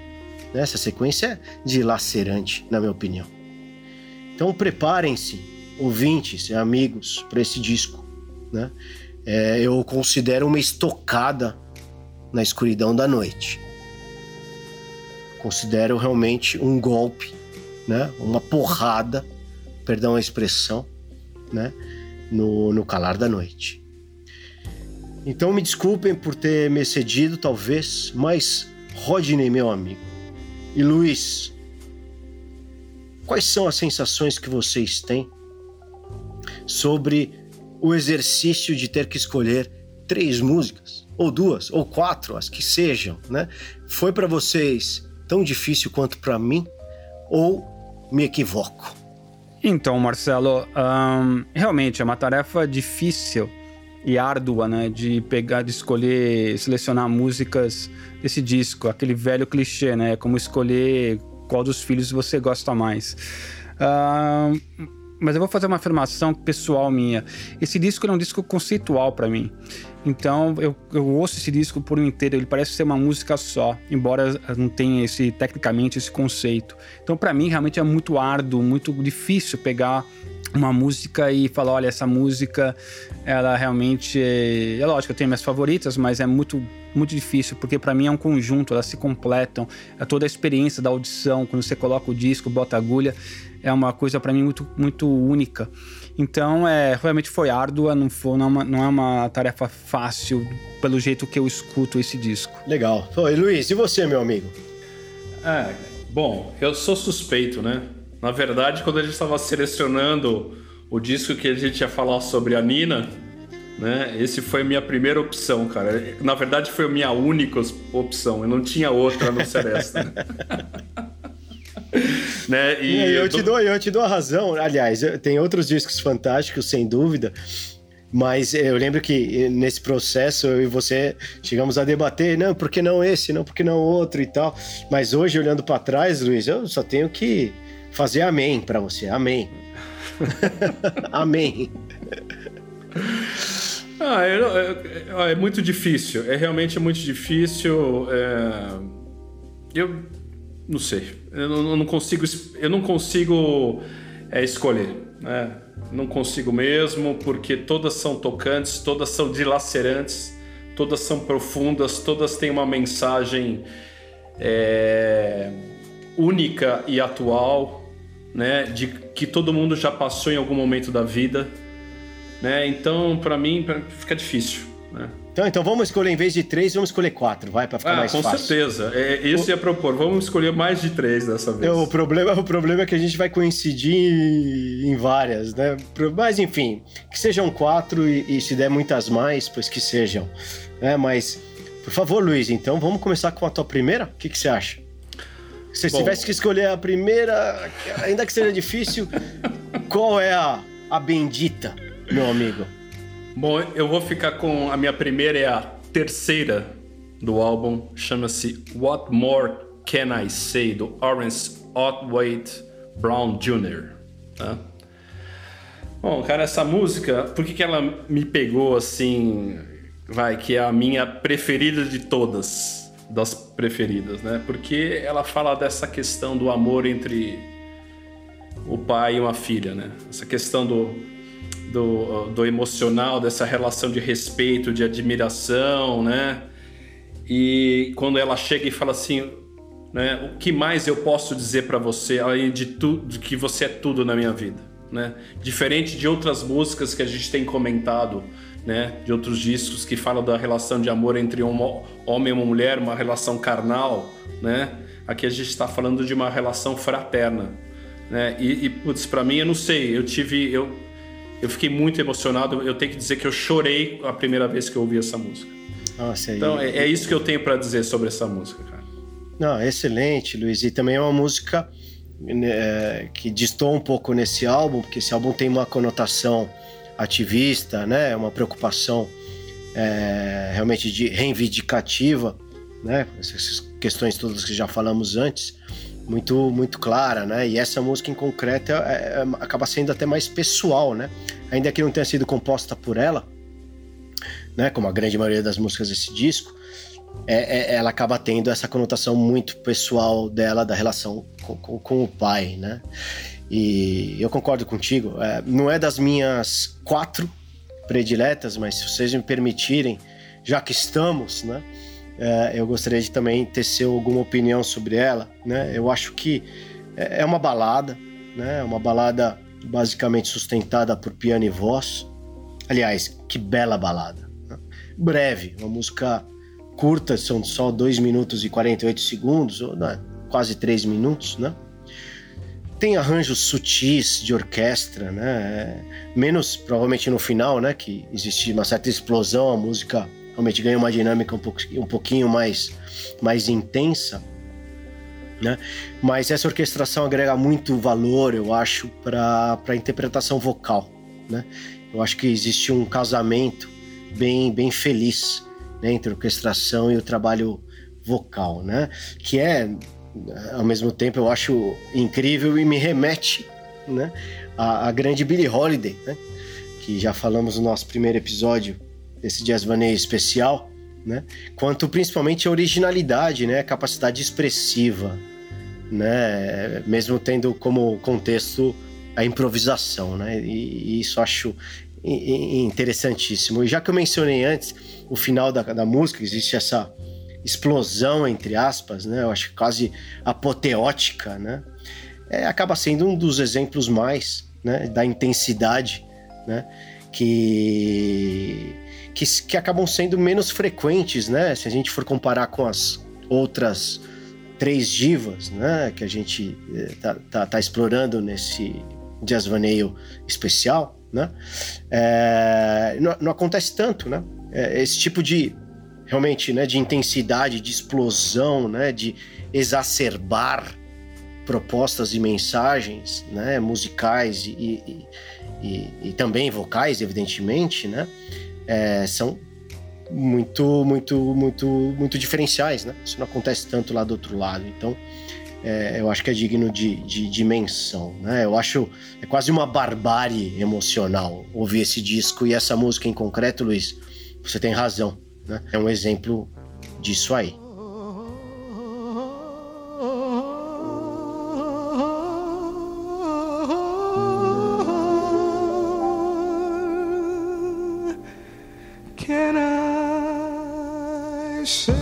né? Essa sequência é dilacerante, na minha opinião. Então preparem-se, ouvintes e amigos, para esse disco, né? É, eu considero uma estocada na escuridão da noite. Considero realmente um golpe, né? Uma porrada, perdão a expressão, né? no, no calar da noite. Então me desculpem por ter me excedido, talvez, mas Rodney, meu amigo, e Luiz, quais são as sensações que vocês têm sobre o exercício de ter que escolher três músicas, ou duas, ou quatro, as que sejam, né? Foi para vocês tão difícil quanto para mim, ou me equivoco? Então, Marcelo, um, realmente é uma tarefa difícil e árdua, né? De pegar, de escolher, selecionar músicas desse disco, aquele velho clichê, né? Como escolher qual dos filhos você gosta mais. Uh, mas eu vou fazer uma afirmação pessoal minha. Esse disco é um disco conceitual para mim. Então eu, eu ouço esse disco por um inteiro, ele parece ser uma música só, embora não tenha esse, tecnicamente esse conceito. Então para mim realmente é muito árduo, muito difícil pegar uma música e falar, olha, essa música, ela realmente é, é lógico, eu tenho minhas favoritas, mas é muito, muito difícil, porque para mim é um conjunto, elas se completam, é toda a experiência da audição, quando você coloca o disco, bota a agulha, é uma coisa para mim muito, muito única. Então, é, realmente foi árdua, não, foi, não, é uma, não é uma tarefa fácil, pelo jeito que eu escuto esse disco. Legal. Oi, Luiz, e você, meu amigo? É, bom, eu sou suspeito, né? Na verdade, quando a gente estava selecionando o disco que a gente ia falar sobre a Nina, né? Esse foi a minha primeira opção, cara. Na verdade, foi a minha única opção. Eu não tinha outra a não ser essa. Né? né? E eu, eu, te dou, eu te dou a razão. Aliás, tem outros discos fantásticos, sem dúvida. Mas eu lembro que nesse processo eu e você chegamos a debater, não, por que não esse, não, por que não outro e tal. Mas hoje, olhando para trás, Luiz, eu só tenho que fazer amém para você, amém. Amém. Ah, é, é, é muito difícil, é realmente muito difícil. É... Eu não sei, eu não, eu não consigo, eu não consigo é, escolher, né? Não consigo mesmo, porque todas são tocantes, todas são dilacerantes, todas são profundas, todas têm uma mensagem é, única e atual, né? De que todo mundo já passou em algum momento da vida. Né? Então, para mim, pra... fica difícil. Né? Então, então, vamos escolher, em vez de três, vamos escolher quatro, vai, para ficar ah, mais com fácil. Com certeza. É, isso o... ia propor. Vamos escolher mais de três dessa vez. O problema, o problema é que a gente vai coincidir em várias, né? Mas, enfim, que sejam quatro e, e se der muitas mais, pois que sejam. É, mas, por favor, Luiz, então, vamos começar com a tua primeira? O que, que você acha? Se você Bom... tivesse que escolher a primeira, ainda que seja difícil, qual é a, a bendita? Meu amigo. Bom, eu vou ficar com a minha primeira, é a terceira do álbum, chama-se What More Can I Say, do Lawrence Otway Brown Júnior Tá? Bom, cara, essa música, por que que ela me pegou assim, vai, que é a minha preferida de todas, das preferidas, né? Porque ela fala dessa questão do amor entre o pai e uma filha, né? Essa questão do Do, do emocional, dessa relação de respeito, de admiração, né? E quando ela chega e fala assim, né? O que mais eu posso dizer para você, além de tudo, de que você é tudo na minha vida, né? Diferente de outras músicas que a gente tem comentado, né? De outros discos que falam da relação de amor entre um homem e uma mulher, uma relação carnal, né? Aqui a gente está falando de uma relação fraterna, né? E, e putz, para mim, eu não sei, eu tive... Eu, Eu fiquei muito emocionado. Eu tenho que dizer que eu chorei a primeira vez que eu ouvi essa música. Nossa, então, é, é isso que eu tenho para dizer sobre essa música, cara. Não, excelente, Luiz. E também é uma música é, que destoa um pouco nesse álbum, porque esse álbum tem uma conotação ativista, né? Uma preocupação é, realmente de reivindicativa, né? Essas questões todas que já falamos antes. Muito, muito clara, né? E essa música em concreto é, é, acaba sendo até mais pessoal, né? Ainda que não tenha sido composta por ela, né? Como a grande maioria das músicas desse disco, é, é, ela acaba tendo essa conotação muito pessoal dela, da relação com, com, com o pai, né? E eu concordo contigo, é, não é das minhas quatro prediletas, mas se vocês me permitirem, já que estamos, né? É, eu gostaria de também ter seu alguma opinião sobre ela, né? Eu acho que é uma balada, né? Uma balada basicamente sustentada por piano e voz. Aliás, que bela balada, né? Breve, uma música curta, são só dois minutos e quarenta e oito segundos, ou né? quase três minutos, né? Tem arranjos sutis de orquestra, né? Menos provavelmente no final, né? Que existe uma certa explosão, a música realmente ganha uma dinâmica um, pouco, um pouquinho mais, mais intensa, né? Mas essa orquestração agrega muito valor, eu acho, para a interpretação vocal, né? Eu acho que existe um casamento bem, bem feliz, né, entre a orquestração e o trabalho vocal, né? Que é, ao mesmo tempo, eu acho incrível e me remete, né, à, à grande Billie Holiday, né? Que já falamos no nosso primeiro episódio desse Jazz Vaneio especial, né? Quanto principalmente a originalidade, né? A capacidade expressiva, né? Mesmo tendo como contexto a improvisação, né? E, e isso acho interessantíssimo. E já que eu mencionei antes o final da, da música, existe essa explosão, entre aspas, né? Eu acho quase apoteótica, né? É, acaba sendo um dos exemplos mais, né, da intensidade, né? Que, que, que acabam sendo menos frequentes, né? Se a gente for comparar com as outras três divas, né, que a gente tá, tá, tá explorando nesse Jazz Vaneio especial, né? É, não, não acontece tanto, né? É, esse tipo de realmente, né, de intensidade, de explosão, né, de exacerbar propostas e mensagens, né, musicais e, e, e, e também vocais, evidentemente, né, é, são muito, muito, muito, muito diferenciais, né? Isso não acontece tanto lá do outro lado. Então, é, eu acho que é digno de, de, de menção, né? Eu acho é quase uma barbárie emocional ouvir esse disco e essa música em concreto, Luiz. Você tem razão, né? É um exemplo disso aí. Can I say?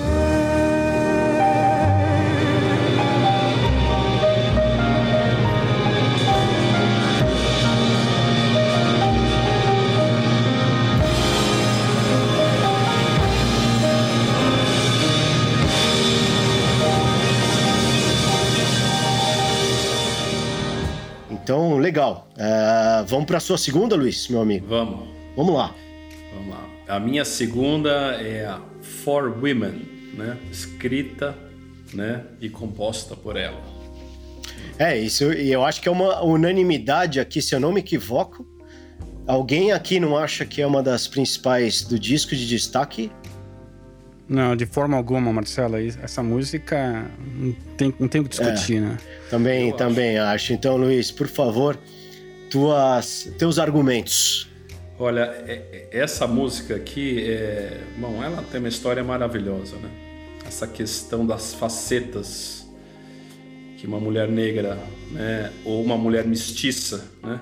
Então, legal. Uh, vamos para a sua segunda, Luiz, meu amigo? Vamos. Vamos lá. Vamos lá. A minha segunda é a For Women, né? Escrita, né, e composta por ela. É, isso, e eu acho que é uma unanimidade aqui, se eu não me equivoco. Alguém aqui não acha que é uma das principais do disco de destaque? Não, de forma alguma, Marcelo. Essa música não tem, não tem o que discutir, é, né? Também, eu também acho. acho. Então, Luiz, por favor, tuas, teus argumentos. Olha, essa música aqui, é... bom, ela tem uma história maravilhosa, né? Essa questão das facetas que uma mulher negra, né, ou uma mulher mestiça, né,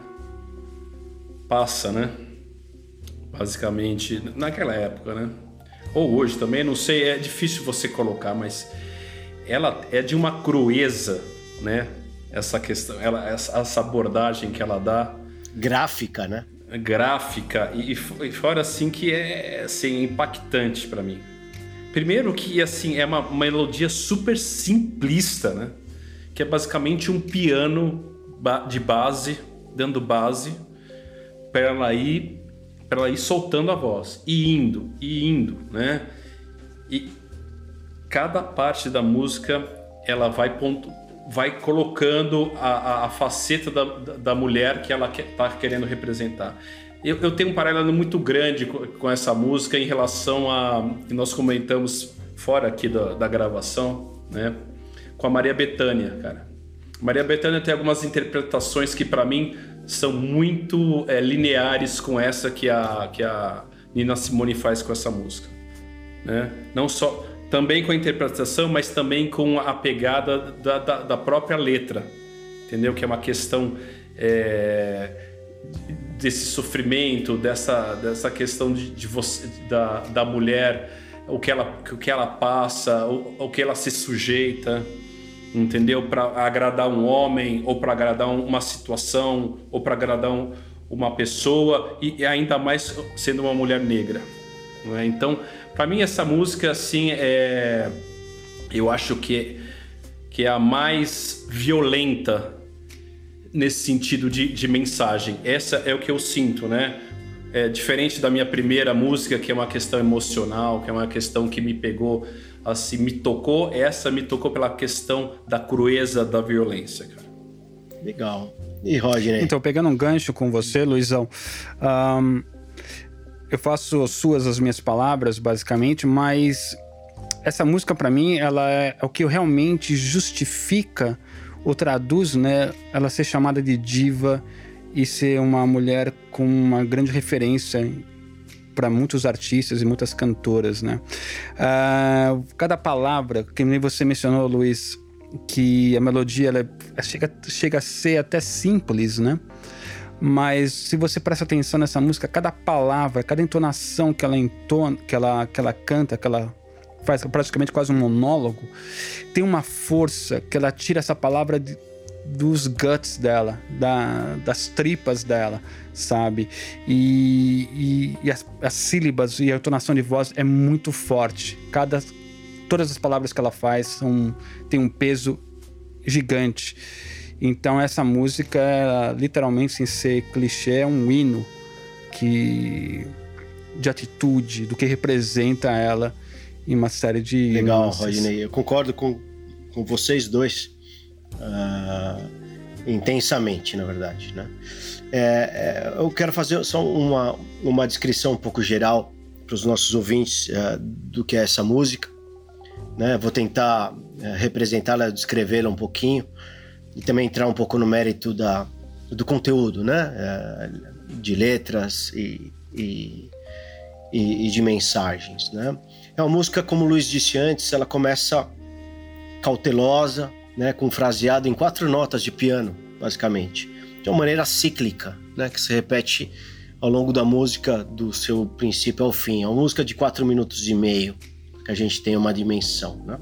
passa, né? Basicamente, naquela época, né? Ou hoje também, não sei, é difícil você colocar, mas ela é de uma crueza, né? Essa questão, ela, essa abordagem que ela dá. Gráfica, né? Gráfica e, e fora assim que é assim, impactante para mim. Primeiro que assim é uma, uma melodia super simplista, né? Que é basicamente um piano de base, dando base para ela ir para ela ir soltando a voz e indo e indo, né? E cada parte da música ela vai ponto, vai colocando a, a, a faceta da, da mulher que ela está querendo representar. Eu, eu tenho um paralelo muito grande com, com essa música em relação a que nós comentamos fora aqui da, da gravação, né? Com a Maria Bethânia, cara. Maria Bethânia tem algumas interpretações que para mim são muito é, lineares com essa que a, que a Nina Simone faz com essa música, né? Não só, também com a interpretação, mas também com a pegada da, da, da própria letra, entendeu? Que é uma questão é, desse sofrimento, dessa, dessa questão de, de você, da, da mulher, o que ela, o que ela passa, o, o que ela se sujeita, entendeu? Para agradar um homem, ou para agradar uma situação, ou para agradar um, uma pessoa, e, e ainda mais sendo uma mulher negra, não é? Então, para mim essa música, assim, é, eu acho que, que é a mais violenta nesse sentido de, de mensagem. Essa é o que eu sinto, né? É diferente da minha primeira música, que é uma questão emocional, que é uma questão que me pegou, assim, me tocou. Essa me tocou pela questão da crueza da violência, cara. Legal. E Rodney? Então, pegando um gancho com você, Luizão, um, eu faço suas as minhas palavras, basicamente, mas essa música, para mim, ela é, é o que realmente justifica ou traduz, né, ela ser chamada de diva e ser uma mulher com uma grande referência para muitos artistas e muitas cantoras, né? Uh, cada palavra, que nem você mencionou, Luiz, que a melodia ela é, chega, chega a ser até simples, né? Mas se você presta atenção nessa música, cada palavra, cada entonação que ela entona, que ela, que ela canta, que ela faz praticamente quase um monólogo, tem uma força que ela tira essa palavra de, dos guts dela, da, das tripas dela, sabe? E, e, e as, as sílabas e a entonação de voz é muito forte. Cada, todas as palavras que ela faz são, tem um peso gigante. Então essa música, ela, literalmente, sem ser clichê, é um hino que, de atitude, do que representa ela em uma série de... Legal, Rodney. Eu concordo com, com vocês dois uh, intensamente, na verdade, né? É, é, eu quero fazer só uma, uma descrição um pouco geral para os nossos ouvintes uh, do que é essa música, né? Vou tentar uh, representá-la, descrevê-la um pouquinho e também entrar um pouco no mérito da, do conteúdo, né? Uh, de letras e, e, e, e de mensagens, né? É uma música, como o Luiz disse antes, ela começa cautelosa, né, com um fraseado em quatro notas de piano, basicamente, de uma maneira cíclica, né, que se repete ao longo da música do seu princípio ao fim. É uma música de quatro minutos e meio, que a gente tem uma dimensão, né?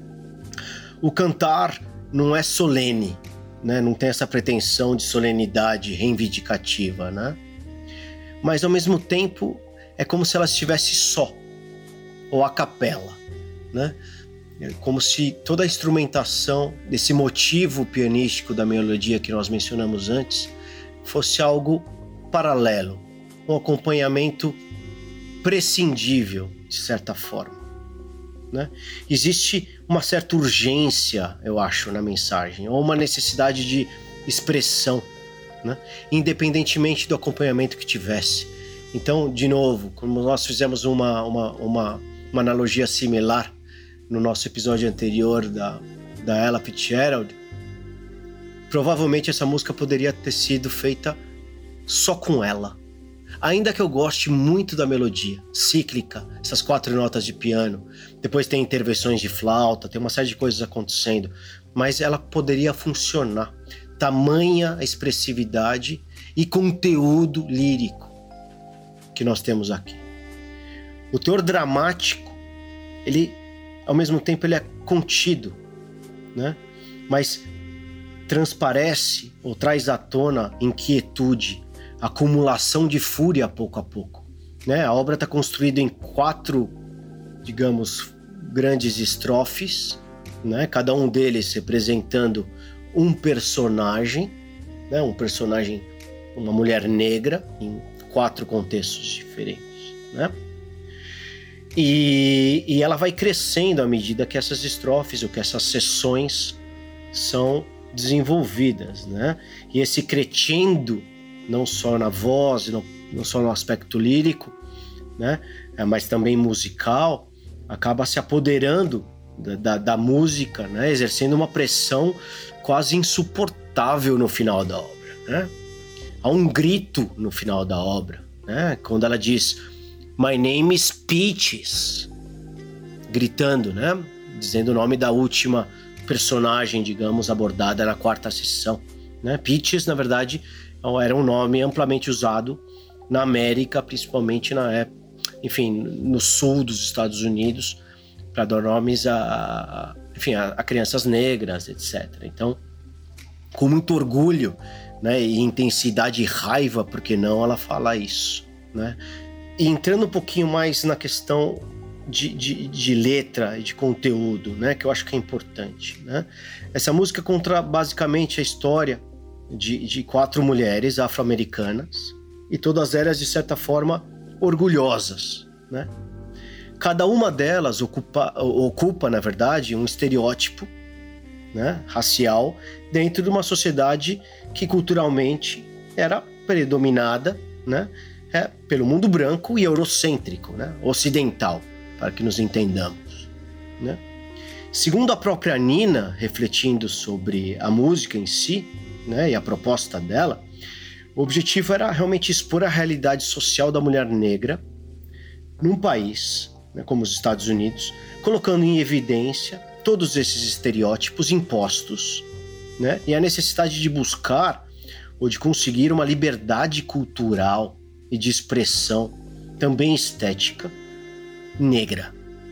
O cantar não é solene, né, não tem essa pretensão de solenidade reivindicativa, né? Mas ao mesmo tempo é como se ela estivesse só, ou a capela, né? É como se toda a instrumentação desse motivo pianístico da melodia que nós mencionamos antes fosse algo paralelo, um acompanhamento prescindível, de certa forma, né? Existe uma certa urgência, eu acho, na mensagem, ou uma necessidade de expressão, né? Independentemente do acompanhamento que tivesse. Então, de novo, como nós fizemos uma, uma, uma uma analogia similar no nosso episódio anterior da, da Ella Fitzgerald, provavelmente essa música poderia ter sido feita só com ela. Ainda que eu goste muito da melodia, cíclica, essas quatro notas de piano, depois tem intervenções de flauta, tem uma série de coisas acontecendo, mas ela poderia funcionar. Tamanha a expressividade e conteúdo lírico que nós temos aqui. O teor dramático, ele, ao mesmo tempo, ele é contido, né? Mas transparece ou traz à tona inquietude, acumulação de fúria pouco a pouco, né? A obra está construída em quatro, digamos, grandes estrofes, né? Cada um deles representando um personagem, né? Um personagem, uma mulher negra, em quatro contextos diferentes, né? E, e ela vai crescendo à medida que essas estrofes ou que essas seções são desenvolvidas, né? E esse crescendo, não só na voz, não, não só no aspecto lírico, né? Mas também musical, acaba se apoderando da, da, da música, né? Exercendo uma pressão quase insuportável no final da obra, né? Há um grito no final da obra, né? Quando ela diz: My name is Peaches. gritando, né? Dizendo o nome da última personagem, digamos, abordada na quarta sessão, né? Peaches, na verdade, era um nome amplamente usado na América, principalmente na época, enfim, no sul dos Estados Unidos, para dar nomes a, a, enfim, a, a crianças negras, etcétera. Então, com muito orgulho, né, e intensidade e raiva, por que não, ela fala isso, né? E entrando um pouquinho mais na questão de, de, de letra e de conteúdo, né, que eu acho que é importante, né? Essa música conta basicamente a história de, de quatro mulheres afro-americanas, e todas elas, de certa forma, orgulhosas, né? Cada uma delas ocupa, ocupa, na verdade, um estereótipo, né, racial dentro de uma sociedade que culturalmente era predominada, né, é, pelo mundo branco e eurocêntrico, né, ocidental, para que nos entendamos, né? Segundo a própria Nina, refletindo sobre a música em si, né, e a proposta dela, o objetivo era realmente expor a realidade social da mulher negra num país, né, como os Estados Unidos, colocando em evidência todos esses estereótipos impostos, né, e a necessidade de buscar ou de conseguir uma liberdade cultural e de expressão, também estética, negra,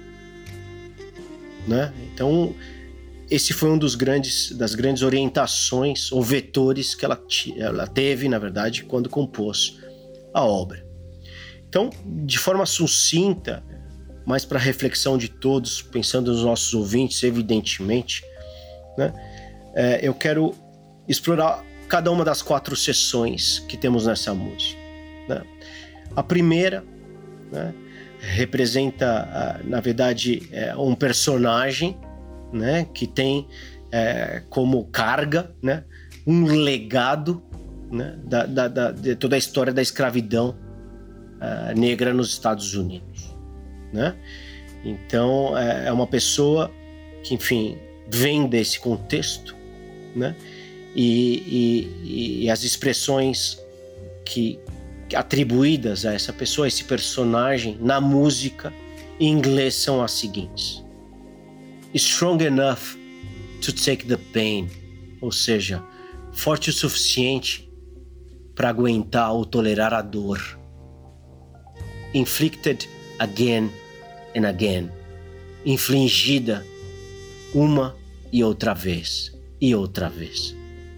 né? Então, esse foi um dos grandes, das grandes orientações ou vetores que ela, ela teve, na verdade, quando compôs a obra. Então, de forma sucinta, mas para reflexão de todos, pensando nos nossos ouvintes, evidentemente, né, é, eu quero explorar cada uma das quatro sessões que temos nessa música, né? A primeira, né, representa, na verdade, é, um personagem, né, que tem é, como carga, né, um legado, né, da, da, da, de toda a história da escravidão uh, negra nos Estados Unidos, né? Então é, é uma pessoa que, enfim, vem desse contexto, né, e, e, e as expressões que atribuídas a essa pessoa, a esse personagem, na música em inglês são as seguintes: strong enough to take the pain, ou seja, forte o suficiente para aguentar ou tolerar a dor. Inflicted again and again, infligida uma e outra vez e outra vez.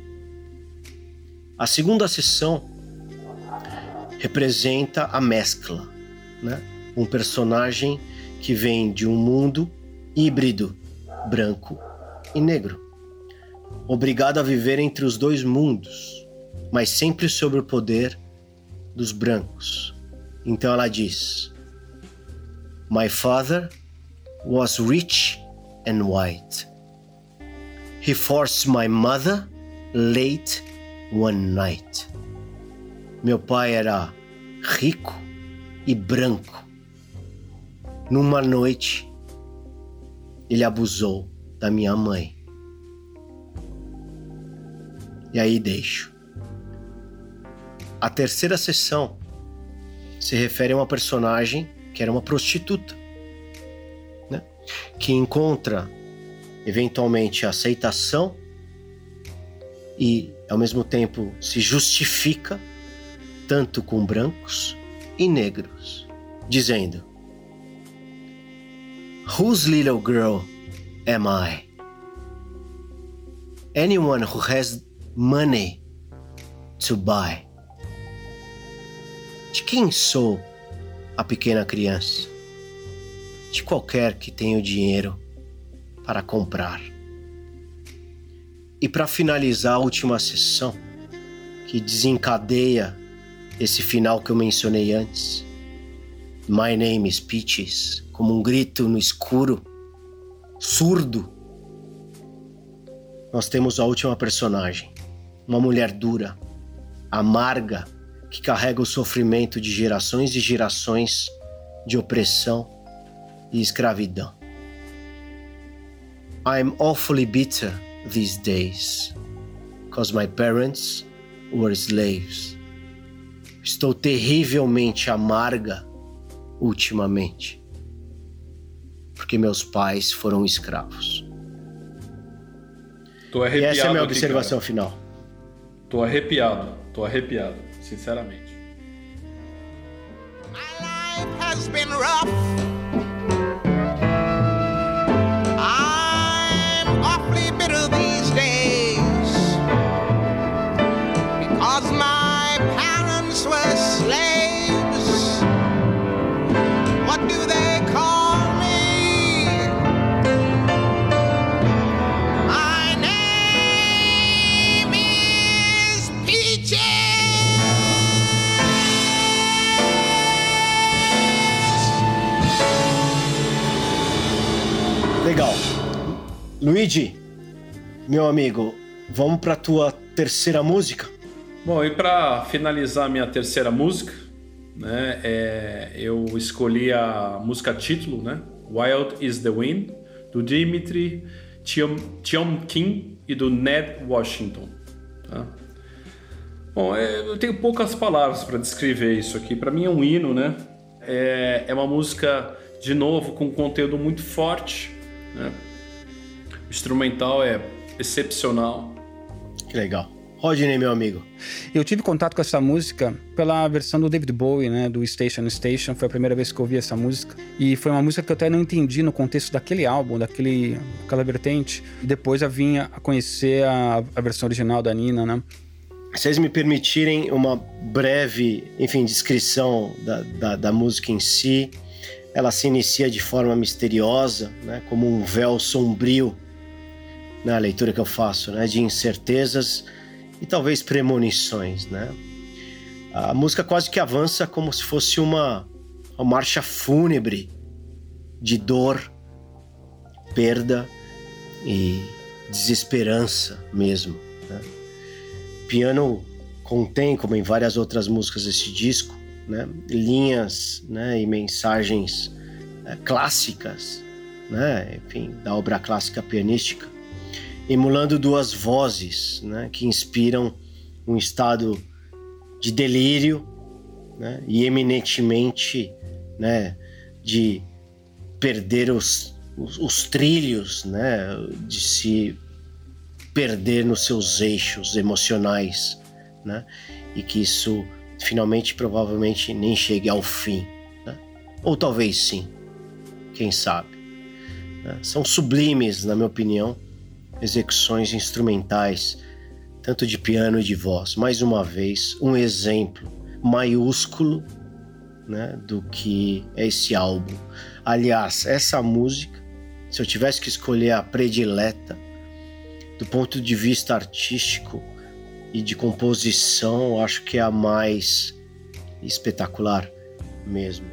A segunda sessão representa a mescla, né? Um personagem que vem de um mundo híbrido, branco e negro, obrigado a viver entre os dois mundos, mas sempre sob o poder dos brancos. Então ela diz: My father was rich and white. He forced my mother late one night. Meu pai era rico e branco. Numa noite, ele abusou da minha mãe. E aí deixo. A terceira sessão se refere a uma personagem que era uma prostituta, né? Que encontra eventualmente a aceitação e, ao mesmo tempo, se justifica tanto com brancos e negros, dizendo: Whose little girl am I? Anyone who has money to buy. De quem sou a pequena criança? De qualquer que tenha o dinheiro para comprar. E para finalizar a última sessão, que desencadeia esse final que eu mencionei antes, My name is Peaches, como um grito no escuro, surdo, nós temos a última personagem, uma mulher dura, amarga, que carrega o sofrimento de gerações e gerações de opressão e escravidão. I'm awfully bitter these days, because my parents were slaves. Estou terrivelmente amarga ultimamente, porque meus pais foram escravos. Tô arrepiado. E essa é a minha aqui, observação cara. final. Tô arrepiado, tô arrepiado, sinceramente. My life has been rough. I'm awfully bitter these days because my parents were slaves. What do they call me? My name is Peaches. Legal. Luigi, meu amigo, vamos para tua terceira música? Bom, e para finalizar a minha terceira música, né, é, eu escolhi a música título, né, Wild is the Wind, do Dimitri Tiomkin e do Ned Washington. Tá? Bom, é, eu tenho poucas palavras para descrever isso aqui. Para mim é um hino, né? É, é uma música, de novo, com conteúdo muito forte, né? O instrumental é excepcional. Que legal. Rodney, meu amigo. Eu tive contato com essa música pela versão do David Bowie, né, do Station Station. Foi a primeira vez que eu ouvi essa música. E foi uma música que eu até não entendi no contexto daquele álbum, daquele, daquela vertente. E depois eu vinha a conhecer a, a versão original da Nina, né? Se vocês me permitirem uma breve, enfim, descrição da, da, da música em si, ela se inicia de forma misteriosa, né, como um véu sombrio, na leitura que eu faço, né, de incertezas e talvez premonições, né? A música quase que avança como se fosse uma, uma marcha fúnebre de dor, perda e desesperança mesmo, né? O piano contém, como em várias outras músicas desse disco, né, linhas, né, e mensagens é, clássicas, né, enfim, da obra clássica pianística, emulando duas vozes, né, que inspiram um estado de delírio, né, e eminentemente, né, de perder os, os, os trilhos, né, de se perder nos seus eixos emocionais, né, e que isso finalmente provavelmente nem chegue ao fim, né? Ou talvez sim, quem sabe, né? São sublimes, na minha opinião, execuções instrumentais, tanto de piano e de voz. Mais uma vez, um exemplo maiúsculo, né, do que é esse álbum. Aliás, essa música, se eu tivesse que escolher a predileta do ponto de vista artístico e de composição, acho que é a mais espetacular mesmo.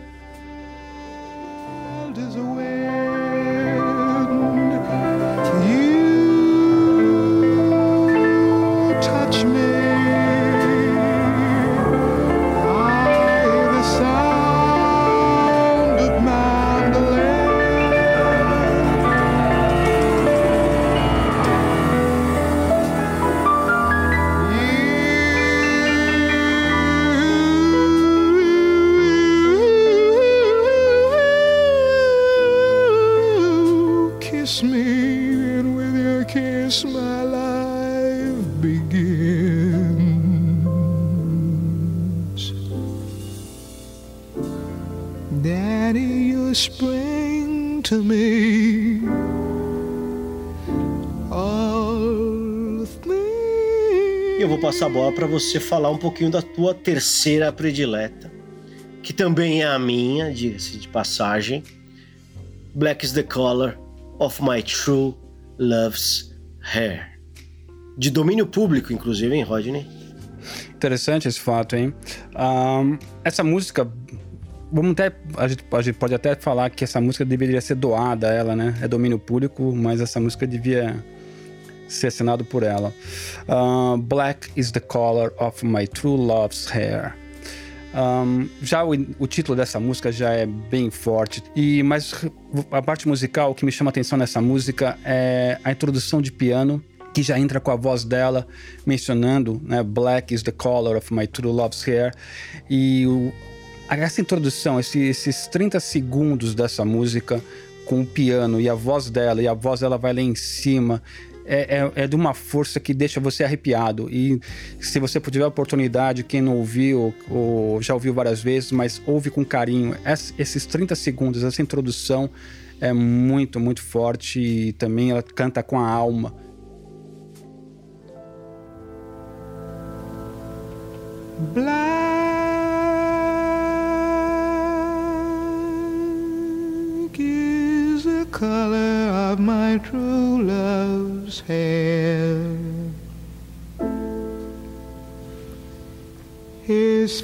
Eu vou passar a bola para você falar um pouquinho da tua terceira predileta, que também é a minha, diga-se de passagem. Black is the Color of My True Love's Hair. De domínio público, inclusive, hein, Rodney? Interessante esse fato, hein? Um, essa música... Vamos até, a gente, a gente pode até falar que essa música deveria ser doada a ela, né? É domínio público, mas essa música devia ser assinado por ela. Uh, Black is the color of my true love's hair. Um, já o, o título dessa música já é bem forte, e, mas a parte musical, o que me chama a atenção nessa música é a introdução de piano, que já entra com a voz dela mencionando, né, Black is the color of my true love's hair. E o, essa introdução, esse, esses trinta segundos dessa música com o piano e a voz dela, e a voz dela vai lá em cima, é, é, é de uma força que deixa você arrepiado. E se você tiver a oportunidade, quem não ouviu ou já ouviu várias vezes, mas ouve com carinho, esses trinta segundos, essa introdução é muito, muito forte, e também ela canta com a alma. Black is the color of my true love's hair. His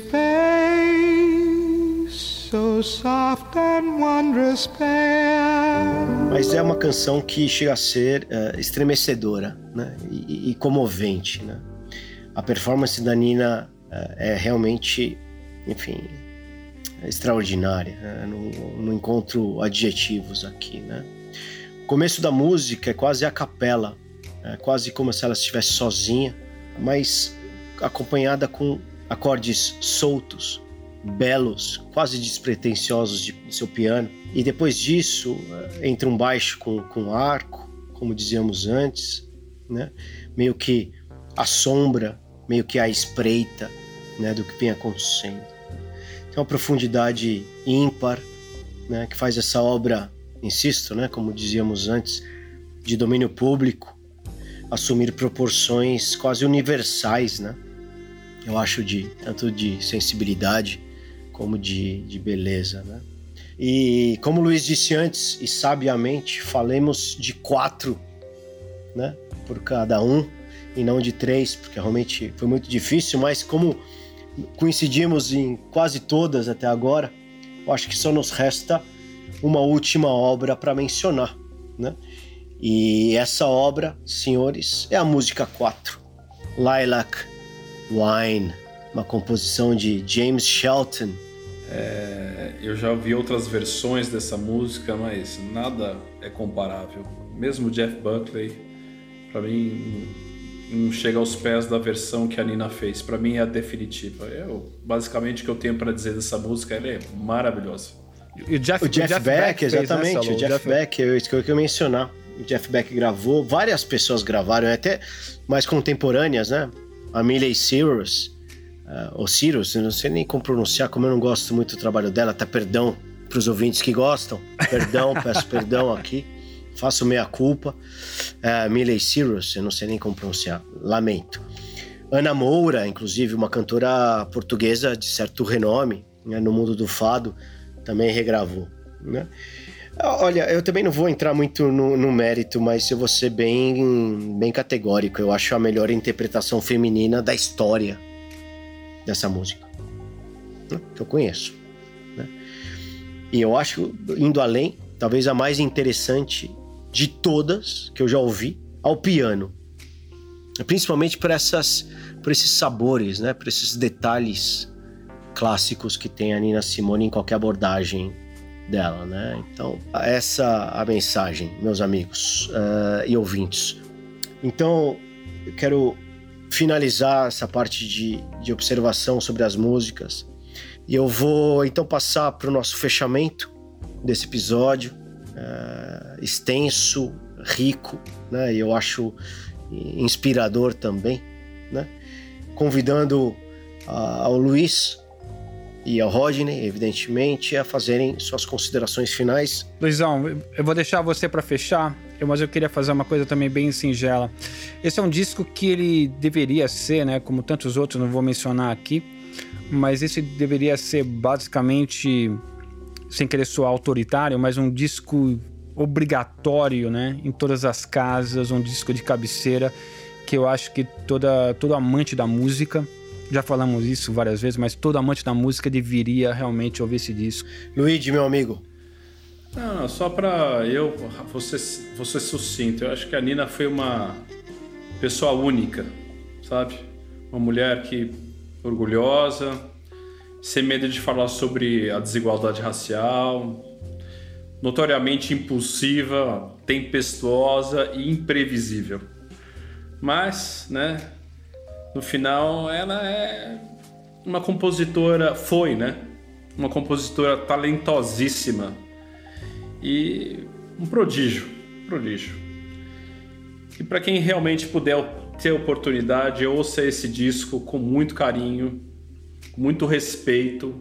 face so soft and wondrous fair. Mas é uma canção que chega a ser uh, estremecedora, né? e, e comovente, né? A performance da Nina uh, é realmente, enfim, extraordinária, né? não, não encontro adjetivos aqui, né? O começo da música é quase a capela, é quase como se ela estivesse sozinha, mas acompanhada com acordes soltos, belos, quase despretensiosos de seu piano. E depois disso entra um baixo com, com arco, como dizíamos antes, né? Meio que a sombra, meio que a espreita, né, do que vem acontecendo. Tem uma profundidade ímpar, né, que faz essa obra, insisto, né, como dizíamos antes, de domínio público, assumir proporções quase universais, né? Eu acho, de tanto de sensibilidade como de, de beleza, né? E como o Luiz disse antes, e sabiamente, falemos de quatro, né, por cada um, e não de três, porque realmente foi muito difícil, mas como coincidimos em quase todas até agora, eu acho que só nos resta uma última obra para mencionar, né? E essa obra, senhores, é a música quatro, Lilac Wine, uma composição de James Shelton. É, eu já ouvi outras versões dessa música, mas nada é comparável. Mesmo Jeff Buckley, para mim, não chega aos pés da versão que a Nina fez. Para mim é a definitiva. Eu, basicamente, o que eu tenho para dizer dessa música, ela é maravilhosa. E o Jeff, o Jeff, Jeff Beck, Beck exatamente, fez, né, o Jeff, Jeff Beck, é isso que eu ia mencionar. O Jeff Beck gravou, várias pessoas gravaram, até mais contemporâneas, né? A Miley Cyrus, uh, ou Cyrus, eu não sei nem como pronunciar, como eu não gosto muito do trabalho dela, até perdão para os ouvintes que gostam, perdão, peço perdão aqui, faço meia culpa. Uh, Miley Cyrus, eu não sei nem como pronunciar, lamento. Ana Moura, inclusive, uma cantora portuguesa de certo renome, né, no mundo do fado, também regravou, né? Olha, eu também não vou entrar muito no, no mérito, mas eu vou ser bem, bem categórico. Eu acho a melhor interpretação feminina da história dessa música, né, que eu conheço, né? E eu acho, indo além, talvez a mais interessante de todas que eu já ouvi ao piano, principalmente por, essas, por esses sabores, né, por esses detalhes clássicos que tem a Nina Simone em qualquer abordagem dela, né? Então, essa é a mensagem, meus amigos uh, e ouvintes. Então, eu quero finalizar essa parte de, de observação sobre as músicas e eu vou então passar para o nosso fechamento desse episódio, uh, extenso, rico, né? E eu acho inspirador também, né? Convidando uh, ao Luiz e ao Rodney, evidentemente, a fazerem suas considerações finais. Luizão, eu vou deixar você para fechar, mas eu queria fazer uma coisa também bem singela. Esse é um disco que ele deveria ser, né, como tantos outros, não vou mencionar aqui, mas esse deveria ser basicamente, sem querer soar autoritário, mas um disco obrigatório, né, em todas as casas, um disco de cabeceira, que eu acho que toda, todo amante da música, já falamos isso várias vezes, mas todo amante da música deveria realmente ouvir esse disco. Luigi, meu amigo. Não, não, só pra eu, você, você sucinto, eu acho que a Nina foi uma pessoa única, sabe? Uma mulher que orgulhosa, sem medo de falar sobre a desigualdade racial, notoriamente impulsiva, tempestuosa e imprevisível. Mas, né, no final ela é uma compositora, foi, né? Uma compositora talentosíssima. E um prodígio, prodígio. E para quem realmente puder ter a oportunidade, ouça esse disco com muito carinho, com muito respeito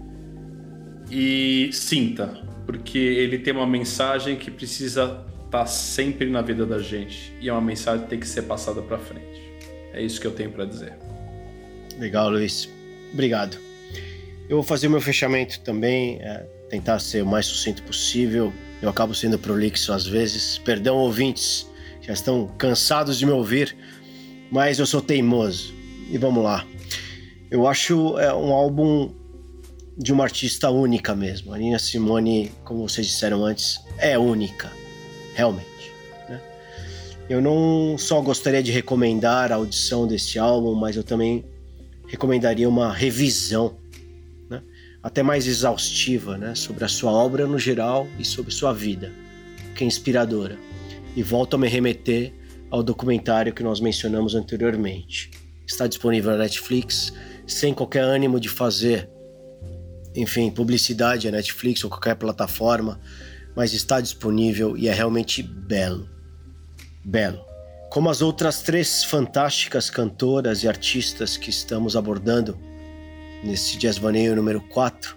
e sinta, porque ele tem uma mensagem que precisa estar sempre na vida da gente e é uma mensagem que tem que ser passada para frente. É isso que eu tenho para dizer. Legal, Luiz. Obrigado. Eu vou fazer o meu fechamento também, é, tentar ser o mais sucinto possível. Eu acabo sendo prolixo às vezes. Perdão, ouvintes, já estão cansados de me ouvir, mas eu sou teimoso. E vamos lá. Eu acho é, um álbum de uma artista única mesmo. A Nina Simone, como vocês disseram antes, é única, realmente, né? Eu não só gostaria de recomendar a audição desse álbum, mas eu também recomendaria uma revisão, né, até mais exaustiva, né, sobre a sua obra no geral e sobre sua vida, que é inspiradora. E volto a me remeter ao documentário que nós mencionamos anteriormente. Está disponível na Netflix, sem qualquer ânimo de fazer, enfim, publicidade à Netflix ou qualquer plataforma, mas está disponível e é realmente belo. Belo. Como as outras três fantásticas cantoras e artistas que estamos abordando nesse Jazzvaneio número quatro,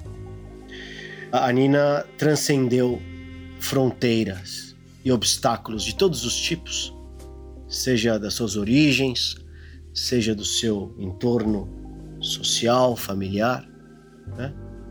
a Nina transcendeu fronteiras e obstáculos de todos os tipos, seja das suas origens, seja do seu entorno social, familiar, né?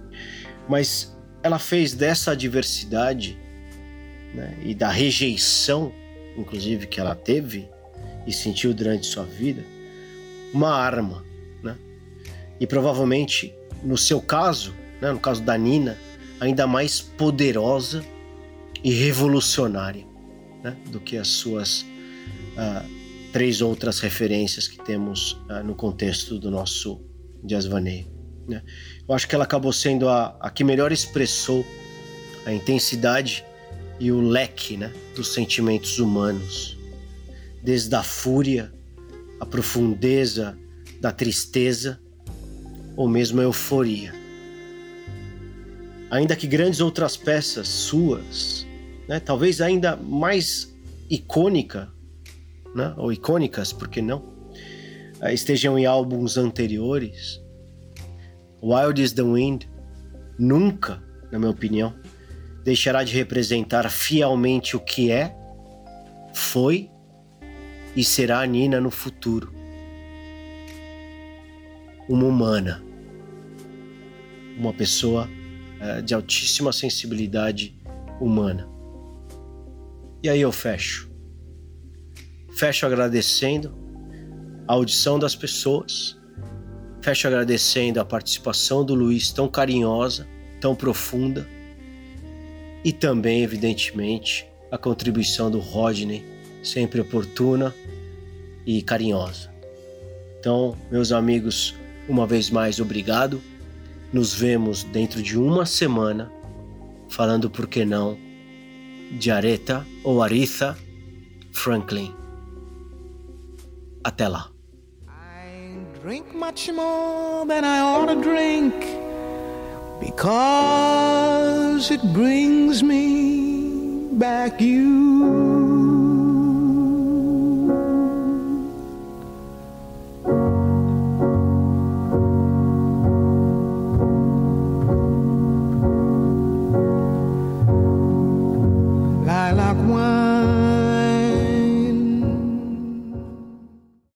Mas ela fez dessa diversidade, né, e da rejeição, inclusive, que ela teve e sentiu durante sua vida, uma arma, né? E provavelmente, no seu caso, né, no caso da Nina, ainda mais poderosa e revolucionária, né, do que as suas uh, três outras referências que temos uh, no contexto do nosso Jazzvaneio, né? Eu acho que ela acabou sendo a, a que melhor expressou a intensidade e o leque, né, dos sentimentos humanos, desde a fúria, a profundeza da tristeza ou mesmo a euforia. Ainda que grandes outras peças suas, né, talvez ainda mais icônica, né, ou icônicas, por que não, estejam em álbuns anteriores, Wild is the Wind nunca, na minha opinião, deixará de representar fielmente o que é, foi e será a Nina no futuro. Uma humana. Uma pessoa é, de altíssima sensibilidade humana. E aí eu fecho. Fecho agradecendo a audição das pessoas. Fecho agradecendo a participação do Luiz, tão carinhosa, tão profunda. E também, evidentemente, a contribuição do Rodney, sempre oportuna e carinhosa. Então, meus amigos, uma vez mais, obrigado. Nos vemos dentro de uma semana, falando, por que não, de Aretha ou Aretha Franklin. Até lá. Drink much more than I ought to drink, because it brings me back you.